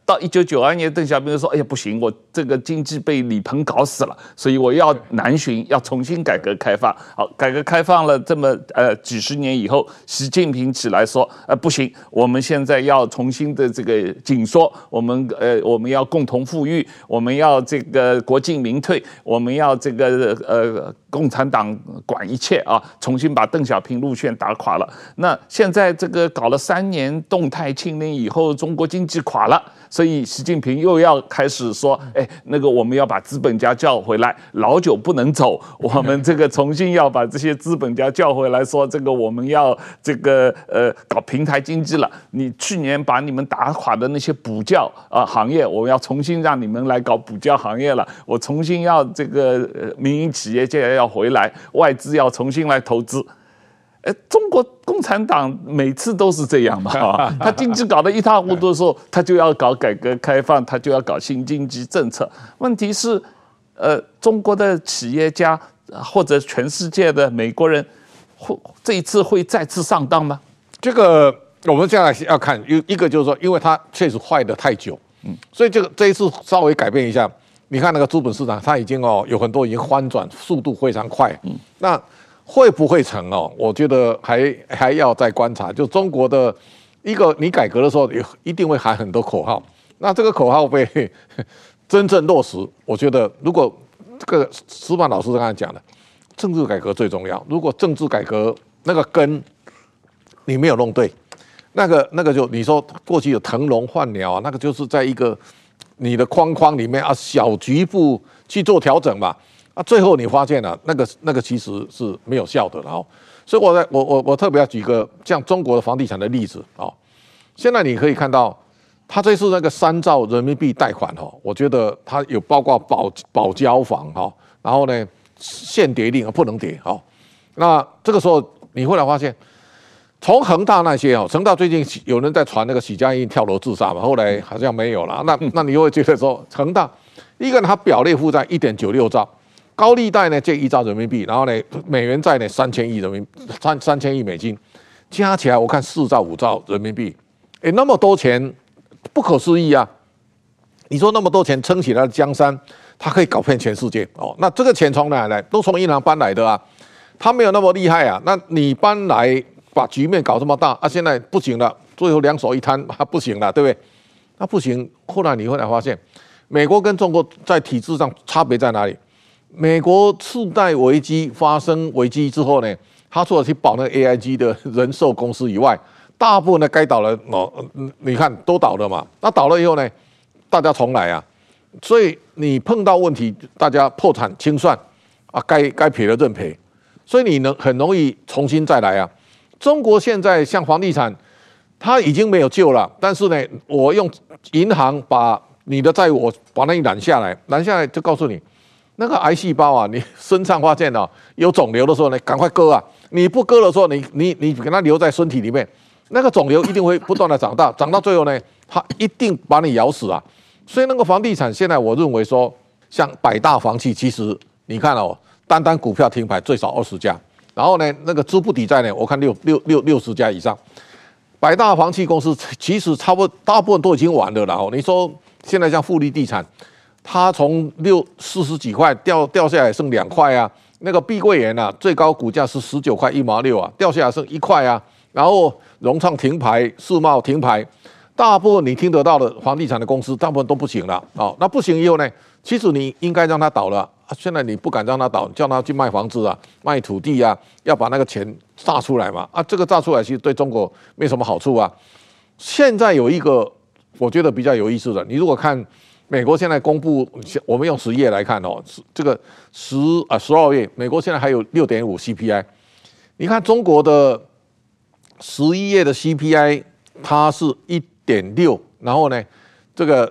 到一九九二年，邓小平就说：“哎呀，不行，我这个经济被李鹏搞死了，所以我要南巡，要重新改革开放。”好，改革开放了这么呃几十年以后，习近平起来说：“呃，不行，我们现在要重新的这个紧缩，我们呃我们要共同富裕，我们要这个国进民退，我们要这个呃共产党管一切啊，重新把邓小平路线打垮了。那现在这个搞了三年动态清零以后，中国经济垮了。”所以习近平又要开始说，哎，那个我们要把资本家叫回来，老九不能走，我们这个重新要把这些资本家叫回来，说这个我们要这个呃搞平台经济了。你去年把你们打垮的那些补教啊、呃、行业，我要重新让你们来搞补教行业了。我重新要这个呃民营企业界要回来，外资要重新来投资。呃，中国共产党每次都是这样嘛，他经济搞得一塌糊涂的时候，他就要搞改革开放，他就要搞新经济政策。问题是，呃，中国的企业家或者全世界的美国人，会这一次会再次上当吗？ 这个我们接下来要看一一个就是说，因为它确实坏得太久，嗯，所以这个这一次稍微改变一下。你看那个资本市场，它已经哦有很多已经翻转，速度非常快，嗯，那。会不会成哦？我觉得还还要再观察。就中国的一个，你改革的时候，也一定会喊很多口号。那这个口号被真正落实，我觉得如果这个石板老师刚才讲的，政治改革最重要。如果政治改革那个根你没有弄对，那个那个就你说过去有腾笼换鸟啊，那个就是在一个你的框框里面啊，小局部去做调整嘛。啊，最后你发现了、啊、那个那个其实是没有效的，然后，所以我在我我我特别要举个像中国的房地产的例子啊、哦。现在你可以看到，他这次那个三兆人民币贷款哦，我觉得它有包括保保交房哈、哦，然后呢限跌令不能跌哦。那这个时候你后来发现，从恒大那些哦，恒大最近有人在传那个许家印跳楼自杀嘛，后来好像没有了。那那你会觉得说，恒大一个人他表列负债一点九六兆。高利贷呢借一兆人民币，然后呢美元债呢三千亿人民三三千亿美金，加起来我看四兆五兆人民币，哎，那么多钱，不可思议啊！你说那么多钱撑起来的江山，他可以搞遍全世界哦。那这个钱从哪来？都从银行搬来的啊，他没有那么厉害啊。那你搬来把局面搞这么大啊，现在不行了，最后两手一摊，他不行了，对不对？那不行，后来你会来发现，美国跟中国在体制上差别在哪里？美国次贷危机发生危机之后呢，他除了去保那个 A I G 的人寿公司以外，大部分的该倒了哦，你看都倒了嘛。那倒了以后呢，大家重来啊。所以你碰到问题，大家破产清算啊，该该赔的认赔，所以你能很容易重新再来啊。中国现在像房地产，它已经没有救了，但是呢，我用银行把你的债务我把那揽下来，揽下来就告诉你。那个癌细胞啊，你身上发现啊有肿瘤的时候呢，赶快割啊！你不割的时候，你你你给它留在身体里面，那个肿瘤一定会不断的长大，长到最后呢，它一定把你咬死啊！所以那个房地产现在我认为说，像百大房企，其实你看哦，单单股票停牌最少二十家，然后呢，那个资不抵债呢，我看六六六六十家以上，百大房企公司其实差不多大部分都已经完了啦。哦，你说现在像富力地产。它从六四十几块掉掉下来剩两块啊，那个碧桂园啊，最高股价是十九块一毛六啊，掉下来剩一块啊。然后融创停牌，世茂停牌，大部分你听得到的房地产的公司，大部分都不行了哦。那不行以后呢，其实你应该让它倒了啊，现在你不敢让它倒，叫它去卖房子啊，卖土地啊，要把那个钱榨出来嘛啊，这个榨出来其实对中国没什么好处啊。现在有一个我觉得比较有意思的，你如果看。美国现在公布，我们用十月来看哦，这个十啊十二月，美国现在还有六点五 C P I， 你看中国的十一月的 C P I 它是一点六，然后呢，这个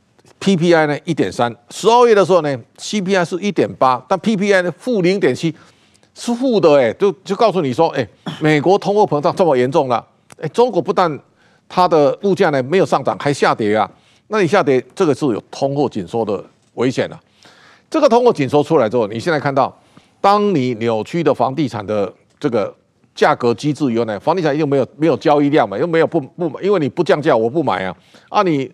P P I 呢一点三，十二月的时候呢 C P I 是一点八，但 P P I 呢负零点七，是负的哎，就就告诉你说，哎，美国通货膨胀这么严重了，哎，中国不但它的物价呢没有上涨，还下跌啊。那你下跌，这个是有通货紧缩的危险的、啊。这个通货紧缩出来之后，你现在看到，当你扭曲的房地产的这个价格机制以后呢，房地产又没有没有交易量嘛，又没有不不，因为你不降价，我不买啊。啊，你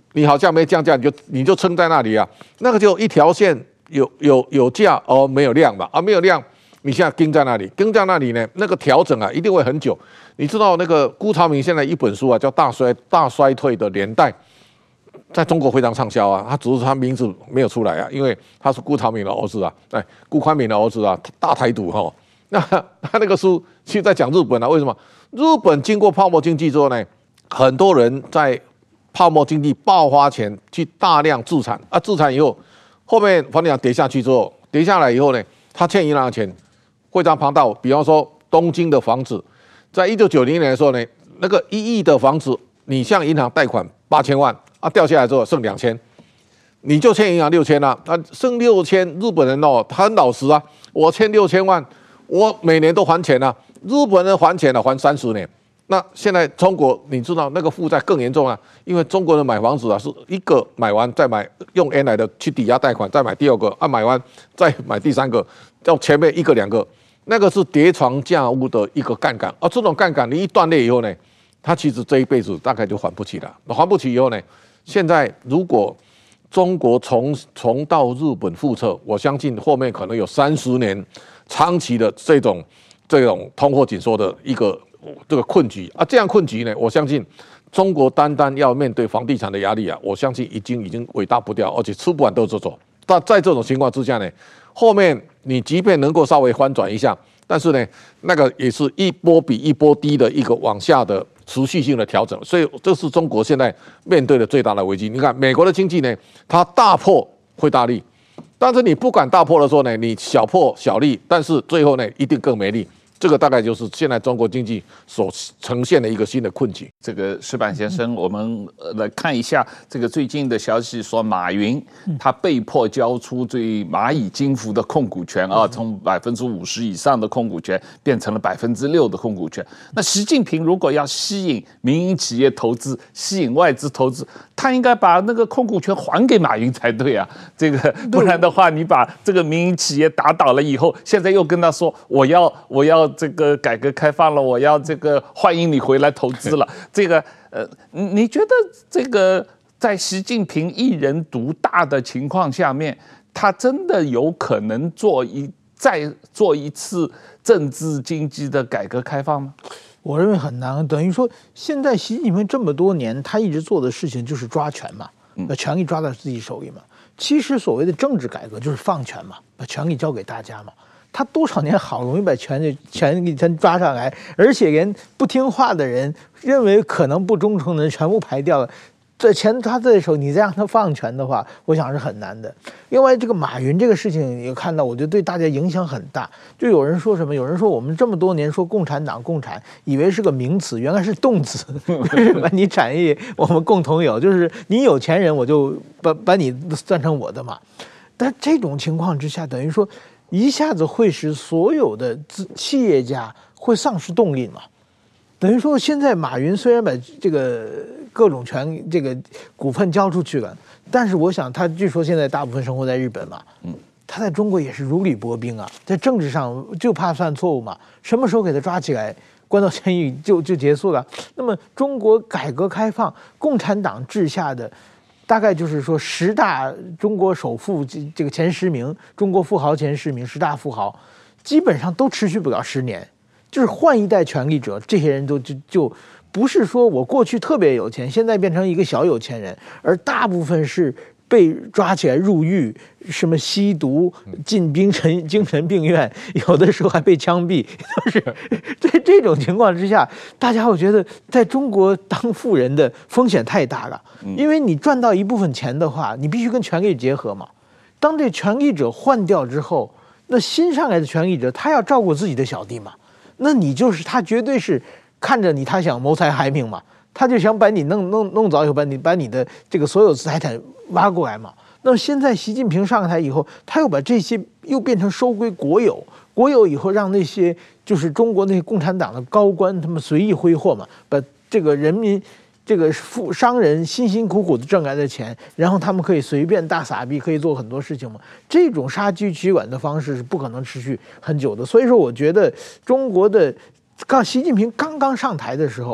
你好像没降价，你就你就撑在那里啊，那个就一条线有有有价而没有量嘛，啊没有量，你现在盯在那里，盯在那里呢，那个调整啊一定会很久。你知道那个辜朝明现在一本书啊叫《大衰大衰退的年代》，在中国非常畅销啊，他只是他名字没有出来啊，因为他是辜朝明的儿子啊，哎，辜宽敏的儿子啊，大台独哈。那他那个书其实在讲日本啊，为什么？日本经过泡沫经济之后呢，很多人在泡沫经济爆发前去大量自产啊，自产以后，后面房地产跌下去之后，跌下来以后呢，他欠银行的钱非常庞大。比方说东京的房子，在一九九零年的时候呢，那个一亿的房子，你向银行贷款八千万啊，掉下来之后剩两千，你就欠银行六千了啊，剩六千，日本人哦，他很老实啊，我欠六千万，我每年都还钱啊，日本人还钱了，还三十年。那现在中国，你知道那个负债更严重啊，因为中国人买房子啊，是一个买完再买，用原来的去抵押贷款，再买第二个啊，买完再买第三个，到前面一个两个，那个是叠床架屋的一个杠杆啊。这种杠杆你一断裂以后呢，他其实这一辈子大概就还不起了。还不起以后呢，现在如果中国重重蹈日本覆辙，我相信后面可能有三十年长期的这种这种通货紧缩的一个。这个困局啊，这样困局呢，我相信中国单单要面对房地产的压力啊，我相信已经已经尾大不掉，而且吃不完兜着走。但在这种情况之下呢，后面你即便能够稍微翻转一下，但是呢，那个也是一波比一波低的一个往下的持续性的调整，所以这是中国现在面对的最大的危机。你看美国的经济呢，它大破会大利，但是你不管大破的时候呢，你小破小利，但是最后呢，一定更没利。这个大概就是现在中国经济所呈现的一个新的困局。 这个矢板先生，我们来看一下这个最近的消息，说马云他被迫交出对蚂蚁金服的控股权啊，从百分之五十以上的控股权变成了百分之六的控股权。那习近平如果要吸引民营企业投资、吸引外资投资，他应该把那个控股权还给马云才对啊。这个不然的话，你把这个民营企业打倒了以后，现在又跟他说我要我要。这个改革开放了，我要这个欢迎你回来投资了。这个呃，你觉得这个在习近平一人独大的情况下面，他真的有可能做一再做一次政治经济的改革开放吗？ 我认为很难。等于说，现在习近平这么多年，他一直做的事情就是抓权嘛，把权力抓到自己手里嘛。其实所谓的政治改革就是放权嘛，把权力交给大家嘛。他多少年好容易把权力权力先抓上来，而且连不听话的人、认为可能不忠诚的人全部排掉了。这钱抓在手，你再让他放权的话，我想是很难的。另外，这个马云这个事情也看到，我觉得对大家影响很大。就有人说什么？有人说我们这么多年说共产党共产，以为是个名词，原来是动词，就是把你产业我们共同有，就是你有钱人我就把把你算成我的嘛。但这种情况之下，等于说。一下子会使所有的企业家会丧失动力嘛？等于说，现在马云虽然把这个各种权、这个股份交出去了，但是我想他据说现在大部分生活在日本嘛，嗯，他在中国也是如履薄冰啊，在政治上就怕犯错误嘛，什么时候给他抓起来关到监狱就就结束了？那么中国改革开放，共产党治下的。大概就是说，十大中国首富这个前十名，中国富豪前十名，十大富豪，基本上都持续不了十年，就是换一代权力者，这些人都就就不是说我过去特别有钱，现在变成一个小有钱人，而大部分是被抓起来入狱，什么吸毒、进精神精神病院，有的时候还被枪毙，都是在这种情况之下，大家我觉得在中国当富人的风险太大了，因为你赚到一部分钱的话，你必须跟权力结合嘛。当这权力者换掉之后，那新上来的权力者他要照顾自己的小弟嘛，那你就是他绝对是看着你，他想谋财害命嘛。他就想把你弄弄弄早以后，把你把你的这个所有财产挖过来嘛。那么现在习近平上台以后，他又把这些又变成收归国有，国有以后让那些就是中国那些共产党的高官他们随意挥霍嘛，把这个人民这个富商人辛辛苦苦的挣来的钱，然后他们可以随便大撒币，可以做很多事情嘛。这种杀鸡取卵的方式是不可能持续很久的。所以说，我觉得中国的刚习近平刚刚上台的时候。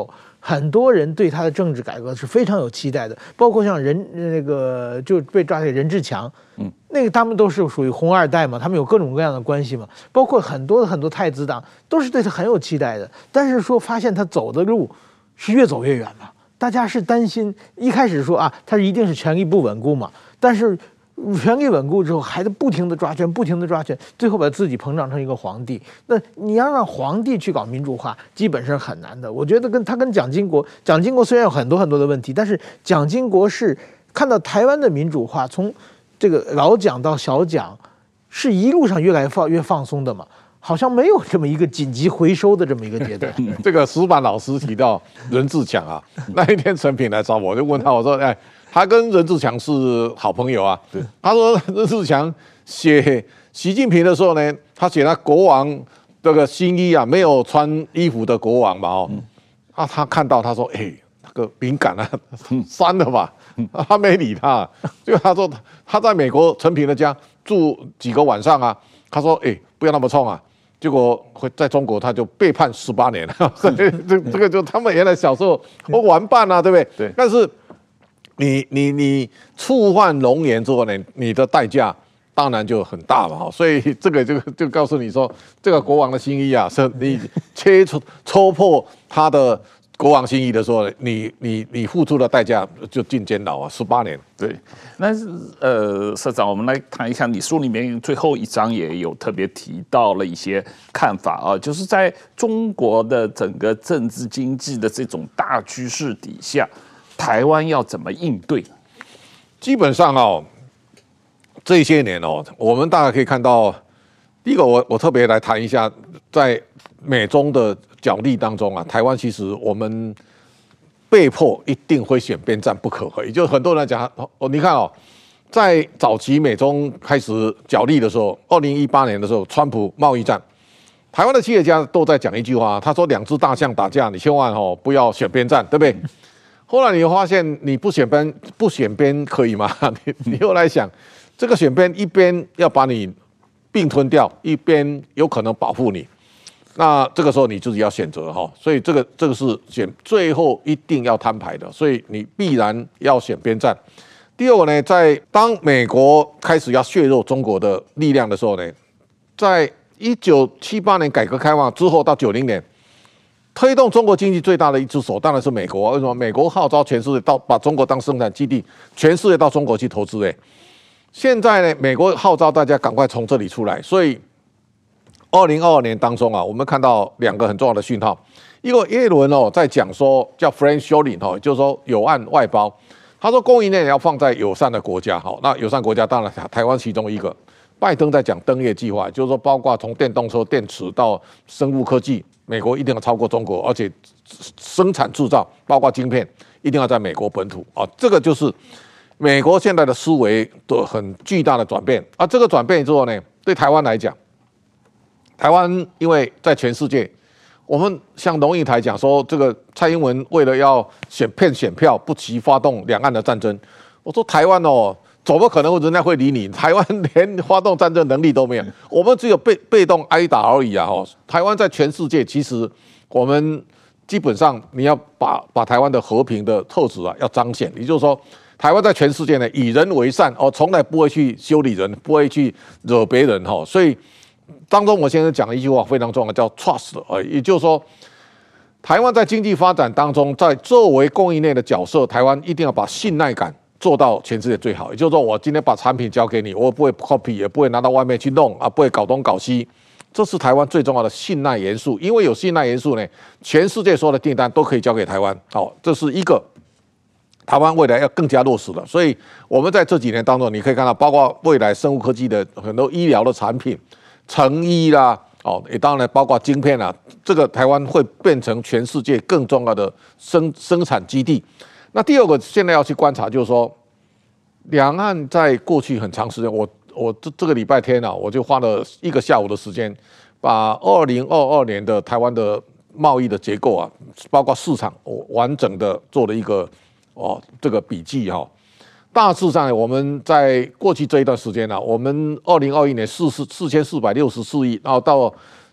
很多人对他的政治改革是非常有期待的，包括像任那个就被抓的任志强，嗯，那个他们都是属于红二代嘛，他们有各种各样的关系嘛，包括很多的很多太子党都是对他很有期待的，但是说发现他走的路是越走越远了，大家是担心，一开始说啊，他一定是权力不稳固嘛，但是。权力稳固之后，还得不停的抓权，不停的抓权，最后把自己膨胀成一个皇帝。那你要让皇帝去搞民主化，基本上很难的。我觉得跟他跟蒋经国，蒋经国虽然有很多很多的问题，但是蒋经国是看到台湾的民主化，从这个老蒋到小蒋，是一路上越来越放越放松的嘛。好像没有这么一个紧急回收的这么一个阶段。 这个石板老师提到任志强啊，那一天陈品来找我，就问他，我说，哎。他跟任志强是好朋友啊。他说任志强写习近平的时候呢，他写他国王这个新衣啊，没有穿衣服的国王嘛哦。嗯、啊，他看到他说，哎、欸，那个敏感啊，删了吧。他没理他，就他说他在美国陈平的家住几个晚上啊。他说，哎、欸，不要那么冲啊。结果会在中国他就被判十八年了。所以这这个就他们原来小时候都玩伴啊，对不对？对。但是。你你你触犯龙颜之后呢，你的代价当然就很大嘛，所以这个就就告诉你说，这个国王的新衣啊，是你切戳戳破他的国王新衣的时候，你你你付出的代价就进监牢啊，十八年。 对，那是呃，社长，我们来谈一下，你书里面最后一章也有特别提到了一些看法啊，就是在中国的整个政治经济的这种大趋势底下。台湾要怎么应对？ 基本上哦，这些年哦，我们大概可以看到，第一个我我特别来谈一下，在美中的角力当中啊，台湾其实我们被迫一定会选边站不可，也就是很多人讲哦，你看哦，在早期美中开始角力的时候，二零一八年的时候，川普贸易战，台湾的企业家都在讲一句话，他说两只大象打架，你千万哦不要选边站，对不对？后来你会发现，你不选边不选边可以吗？你你又来想，这个选边一边要把你并吞掉，一边有可能保护你，那这个时候你自己要选择哈。所以这个这个是选最后一定要摊牌的，所以你必然要选边站。第二个呢，在当美国开始要削弱中国的力量的时候呢，在一九七八年改革开放之后到九零年。推动中国经济最大的一只手当然是美国。为什么？美国号召全世界到把中国当生产基地，全世界到中国去投资。哎，现在呢，美国号召大家赶快从这里出来。所以，二零二二年当中啊，我们看到两个很重要的讯号。一个耶伦哦在讲说叫 friendshoring 哦，就是说友岸外包。他说供应链要放在友善的国家。好，那友善国家当然台湾其中一个。拜登在讲登月计划，就是说包括从电动车、电池到生物科技。美国一定要超过中国，而且生产制造，包括晶片，一定要在美国本土啊！这个就是美国现在的思维的很巨大的转变啊！这个转变之后呢，对台湾来讲，台湾因为在全世界，我们像龙应台讲说，这个蔡英文为了要选骗选票，不惜发动两岸的战争。我说台湾哦。怎么可能人家会理你？台湾连发动战争能力都没有，我们只有被被动挨打而已啊！哦，台湾在全世界其实我们基本上你要把把台湾的和平的特质啊要彰显，也就是说，台湾在全世界呢以人为善哦，从来不会去修理人，不会去惹别人哈、哦。所以当中我现在讲一句话非常重要，叫 trust 啊，也就是说，台湾在经济发展当中，在作为供应链的角色，台湾一定要把信赖感。做到全世界最好，也就是说，我今天把产品交给你，我不会 copy， 也不会拿到外面去弄啊，不会搞东搞西，这是台湾最重要的信赖元素。因为有信赖元素呢，全世界所有的订单都可以交给台湾。好，这是一个台湾未来要更加落实的。所以，我们在这几年当中，你可以看到，包括未来生物科技的很多医疗的产品、成衣啦，哦，也当然包括晶片啦，这个台湾会变成全世界更重要的生生产基地。那第二个，现在要去观察，就是说，两岸在过去很长时间，我我这这个礼拜天啊，我就花了一个下午的时间，把二零二二年的台湾的贸易的结构啊，包括市场，我完整的做了一个哦这个笔记哈、哦。大致上，我们在过去这一段时间呢、啊，我们二零二一年四四四千四百六十四亿，然后到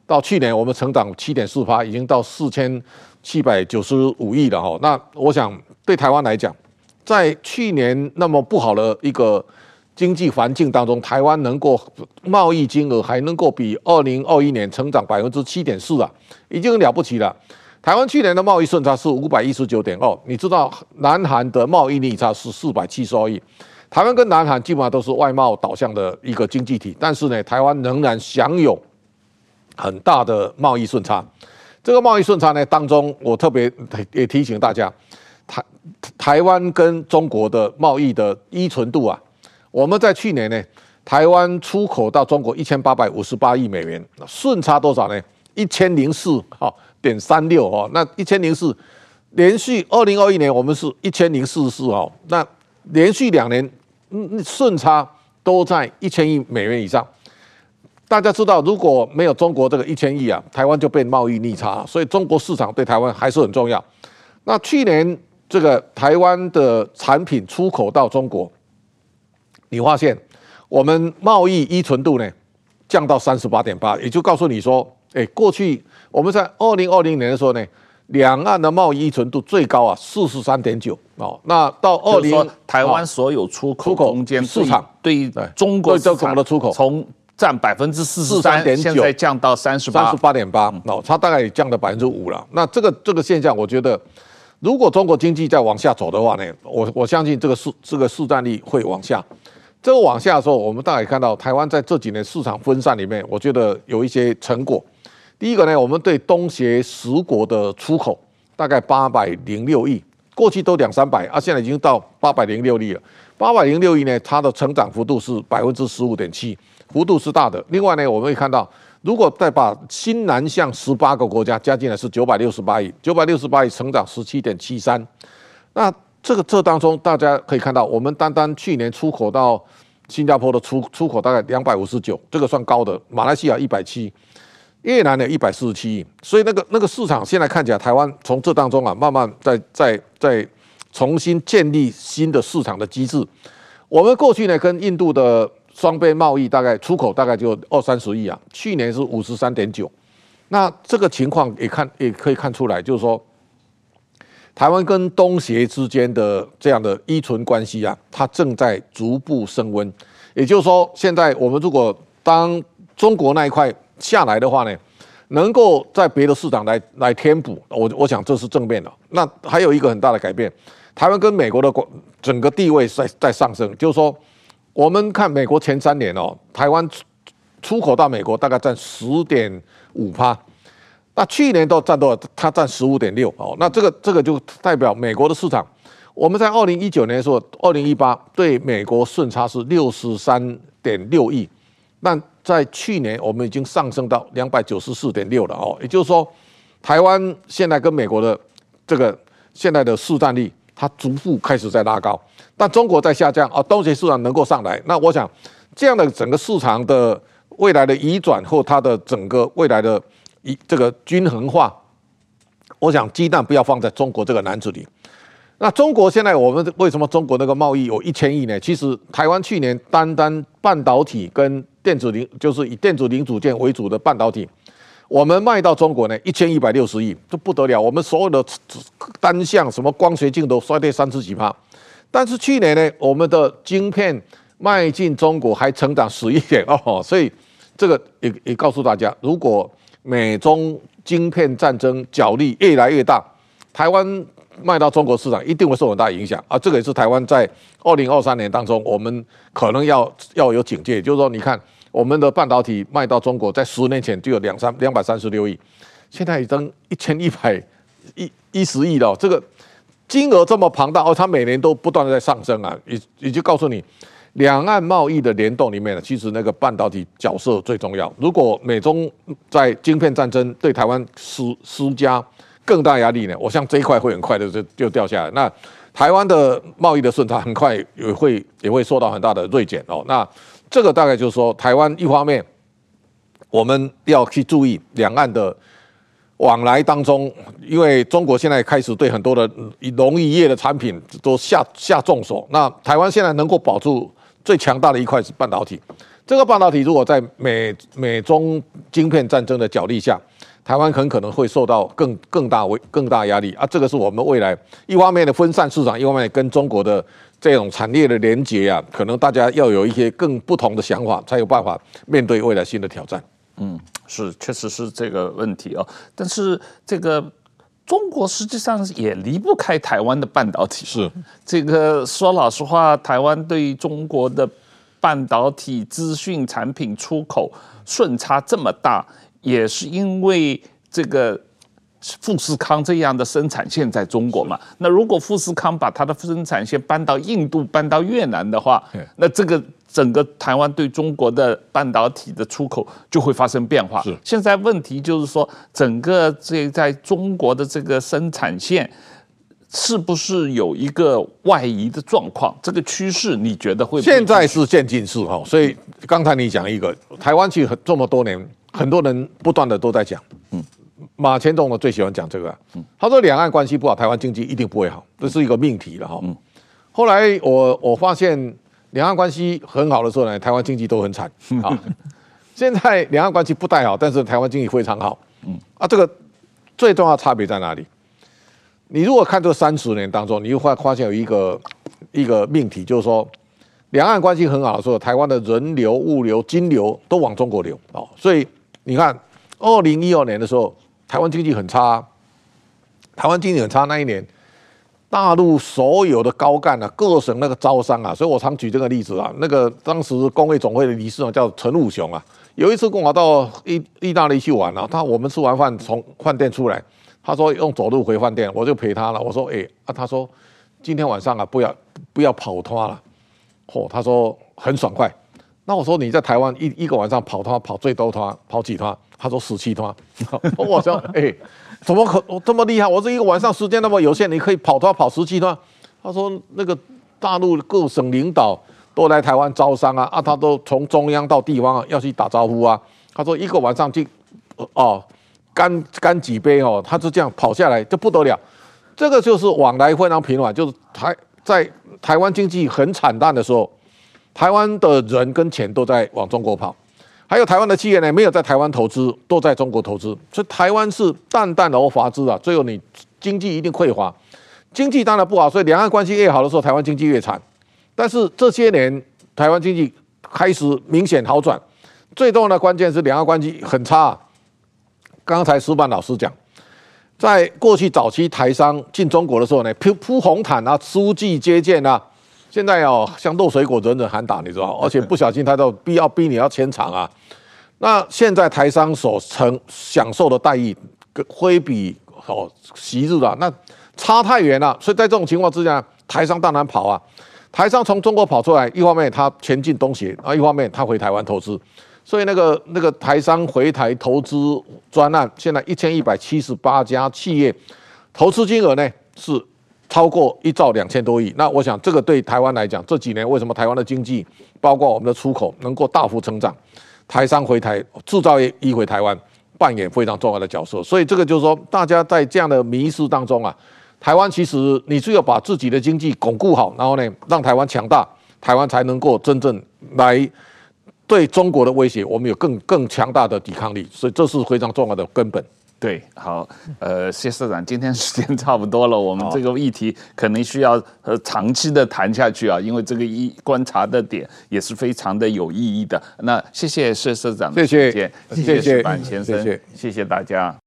到去年我们成长 百分之七点四， 已经到四千七百九十五亿了哈。那我想对台湾来讲，在去年那么不好的一个经济环境当中，台湾能够贸易金额还能够比二零二一年成长 百分之七点四 啊，已经很了不起了。台湾去年的贸易顺差是 五百一十九点二， 你知道南韩的贸易逆差是四百七十二亿，台湾跟南韩基本上都是外贸导向的一个经济体，但是呢，台湾仍然享有很大的贸易顺差。这个贸易顺差呢当中，我特别也提醒大家，台台湾跟中国的贸易的依存度啊，我们在去年呢，台湾出口到中国一千八百五十八亿美元，顺差多少呢？一千零四点三六哦，那一千零四连续二零二一年我们是一千零四十四哦，那连续两年顺差都在一千亿美元以上。大家知道，如果没有中国这个一千亿啊，台湾就变贸易逆差，所以中国市场对台湾还是很重要。那去年这个台湾的产品出口到中国，你发现我们贸易依存度呢降到 三十八点八， 也就告诉你说，哎，过去我们在二零二零年的时候呢，两岸的贸易依存度最高啊 四十三点九 哦，那到二零台湾所有出口中间市场对中国市场的出口从占百分之四十三，现在降到三十八， 三十八点八，哦，它大概也降了百分之五了。那这个这个现象，我觉得，如果中国经济再往下走的话呢，我我相信这个市这个市占率会往下。这个往下的时候，我们大概看到台湾在这几年市场分散里面，我觉得有一些成果。第一个呢，我们对东协十国的出口大概八百零六亿，过去都两三百啊，现在已经到八百零六亿了。八百零六亿呢，它的成长幅度是百分之十五点七，幅度是大的。另外呢，我们会看到，如果再把新南向十八个国家加进来，是九百六十八亿，九百六十八亿成长十七点七三。那这个这当中，大家可以看到，我们单单去年出口到新加坡的出出口大概两百五十九，这个算高的。马来西亚一百七，越南呢一百四十七亿。所以那个那个市场现在看起来，台湾从这当中啊，慢慢在在在重新建立新的市场的机制。我们过去呢跟印度的双边贸易大概出口大概就二三十亿啊，去年是五十三点九。那这个情况也看也可以看出来，就是说，台湾跟东协之间的这样的依存关系啊，它正在逐步升温。也就是说，现在我们如果当中国那一块下来的话呢，能够在别的市场来来填补，我我想这是正面的。那还有一个很大的改变，台湾跟美国的整个地位在在上升，就是说，我们看美国前三年哦，台湾出口到美国大概占十点五趴。那去年都占多少？它占十五点六哦。那这个这个就代表美国的市场，我们在二零一九年的时候，二零一八对美国顺差是六十三点六亿，那在去年我们已经上升到两百九十四点六了哦。也就是说，台湾现在跟美国的这个现在的市占率，它逐步开始在拉高，但中国在下降啊，东协市场能够上来，那我想这样的整个市场的未来的移转或它的整个未来的一这个均衡化，我想鸡蛋不要放在中国这个篮子里。那中国现在我们为什么中国那个贸易有一千亿呢？其实台湾去年单单半导体跟电子零，就是以电子零组件为主的半导体，我们卖到中国呢一千一百六十亿，这不得了。我们所有的单项什么光学镜头衰退三十几趴，但是去年呢，我们的晶片卖进中国还成长十一点哦，所以这个也也告诉大家，如果美中晶片战争角力越来越大，台湾卖到中国市场一定会受很大影响啊！这个也是台湾在二零二三年当中，我们可能要要有警戒，就是说，你看我们的半导体卖到中国，在十年前就有两三两百三十六亿，现在已经一千一百一一十亿了，这个金额这么庞大哦，它每年都不断的在上升啊，也也就告诉你。两岸贸易的联动里面呢，其实那个半导体角色最重要。如果美中在晶片战争对台湾施施加更大压力呢，我想这一块会很快的就就掉下来。那台湾的贸易的顺差很快也会也会受到很大的锐减哦。那这个大概就是说，台湾一方面我们要去注意两岸的往来当中，因为中国现在开始对很多的农渔业的产品都下下重手。那台湾现在能够保住最强大的一块是半导体。这个半导体如果在美美中晶片战争的角力下，台湾很可能会受到更更大为更大压力啊！这个是我们未来一方面的分散市场，一方面跟中国的这种产业的连结啊，可能大家要有一些更不同的想法，才有办法面对未来新的挑战。 嗯，是，确实是这个问题哦。但是这个中国实际上也离不开台湾的半导体。 是这个说老实话，台湾对中国的半导体资讯产品出口顺差这么大，也是因为这个富士康这样的生产线在中国嘛。那如果富士康把它的生产线搬到印度、搬到越南的话，那这个整个台湾对中国的半导体的出口就会发生变化。现在问题就是说，整个这在中国的这个生产线是不是有一个外移的状况？这个趋势你觉得会不会？ 现在是渐进式哈，所以刚才你讲一个台湾其实这么多年，很多人不断的都在讲，嗯，马前总统最喜欢讲这个、啊，嗯，他说两岸关系不好，台湾经济一定不会好，这是一个命题了哈。嗯，后来我我发现两岸关系很好的时候呢，台湾经济都很惨啊。现在两岸关系不太好，但是台湾经济非常好，嗯啊，这个最重要的差别在哪里？你如果看这三十年当中，你会发现有一个一个命题，就是说，两岸关系很好的时候，台湾的人流、物流、金流都往中国流哦。所以你看，二零一二年的时候，台湾经济很差，台湾经济很差那一年，大陆所有的高干啊，各省那个招商啊，所以我常举这个例子啊。那个当时工业总会的理事长叫陈武雄啊，有一次跟我到意意大利去玩啊，他我们吃完饭从饭店出来。他说用走路回饭店，我就陪他了。我说，哎、欸、啊，他说今天晚上啊，不要不要跑脱了。哦，他说很爽快。那我说你在台湾一一个晚上跑脱跑最多脱跑几脱？他说十七脱。我说，哎、欸，怎么可这么厉害？我这一个晚上时间那么有限，你可以跑脱跑十七脱？他说那个大陆各省领导都来台湾招商啊，啊，他都从中央到地方啊要去打招呼啊。他说一个晚上就哦。干干几杯哦，他就这样跑下来就不得了，这个就是往来非常频繁，就是台在台湾经济很惨淡的时候，台湾的人跟钱都在往中国跑，还有台湾的企业呢没有在台湾投资，都在中国投资，所以台湾是淡淡而乏之啊，最后你经济一定匮乏，经济当然不好，所以两岸关系越好的时候，台湾经济越惨，但是这些年台湾经济开始明显好转，最重要的关键是两岸关系很差、啊。刚才石板老师讲，在过去早期台商进中国的时候呢，铺铺红毯啊，书记接见啊，现在哦像落水果，人人喊打，你知道，而且不小心他都逼要逼你要签场啊。那现在台商所承享受的待遇，非比哦昔日啊，那差太远了。所以在这种情况之下，台商当然跑啊。台商从中国跑出来，一方面他前进东协，啊，一方面他回台湾投资。所以那个那个台商回台投资专案，现在一千一百七十八家企业投资金额呢是超过一兆两千多亿。那我想这个对台湾来讲，这几年为什么台湾的经济，包括我们的出口能够大幅成长，台商回台，制造业移回台湾，扮演非常重要的角色。所以这个就是说，大家在这样的迷思当中啊，台湾其实你只有把自己的经济巩固好，然后呢让台湾强大，台湾才能够真正来。对中国的威胁，我们有更更强大的抵抗力，所以这是非常重要的根本。 对，好，呃，谢社长，今天时间差不多了，我们这个议题可能需要呃长期的谈下去啊，因为这个一观察的点也是非常的有意义的。那谢谢谢社长的谢谢， 谢谢谢石板先生， 谢谢， 谢谢大家。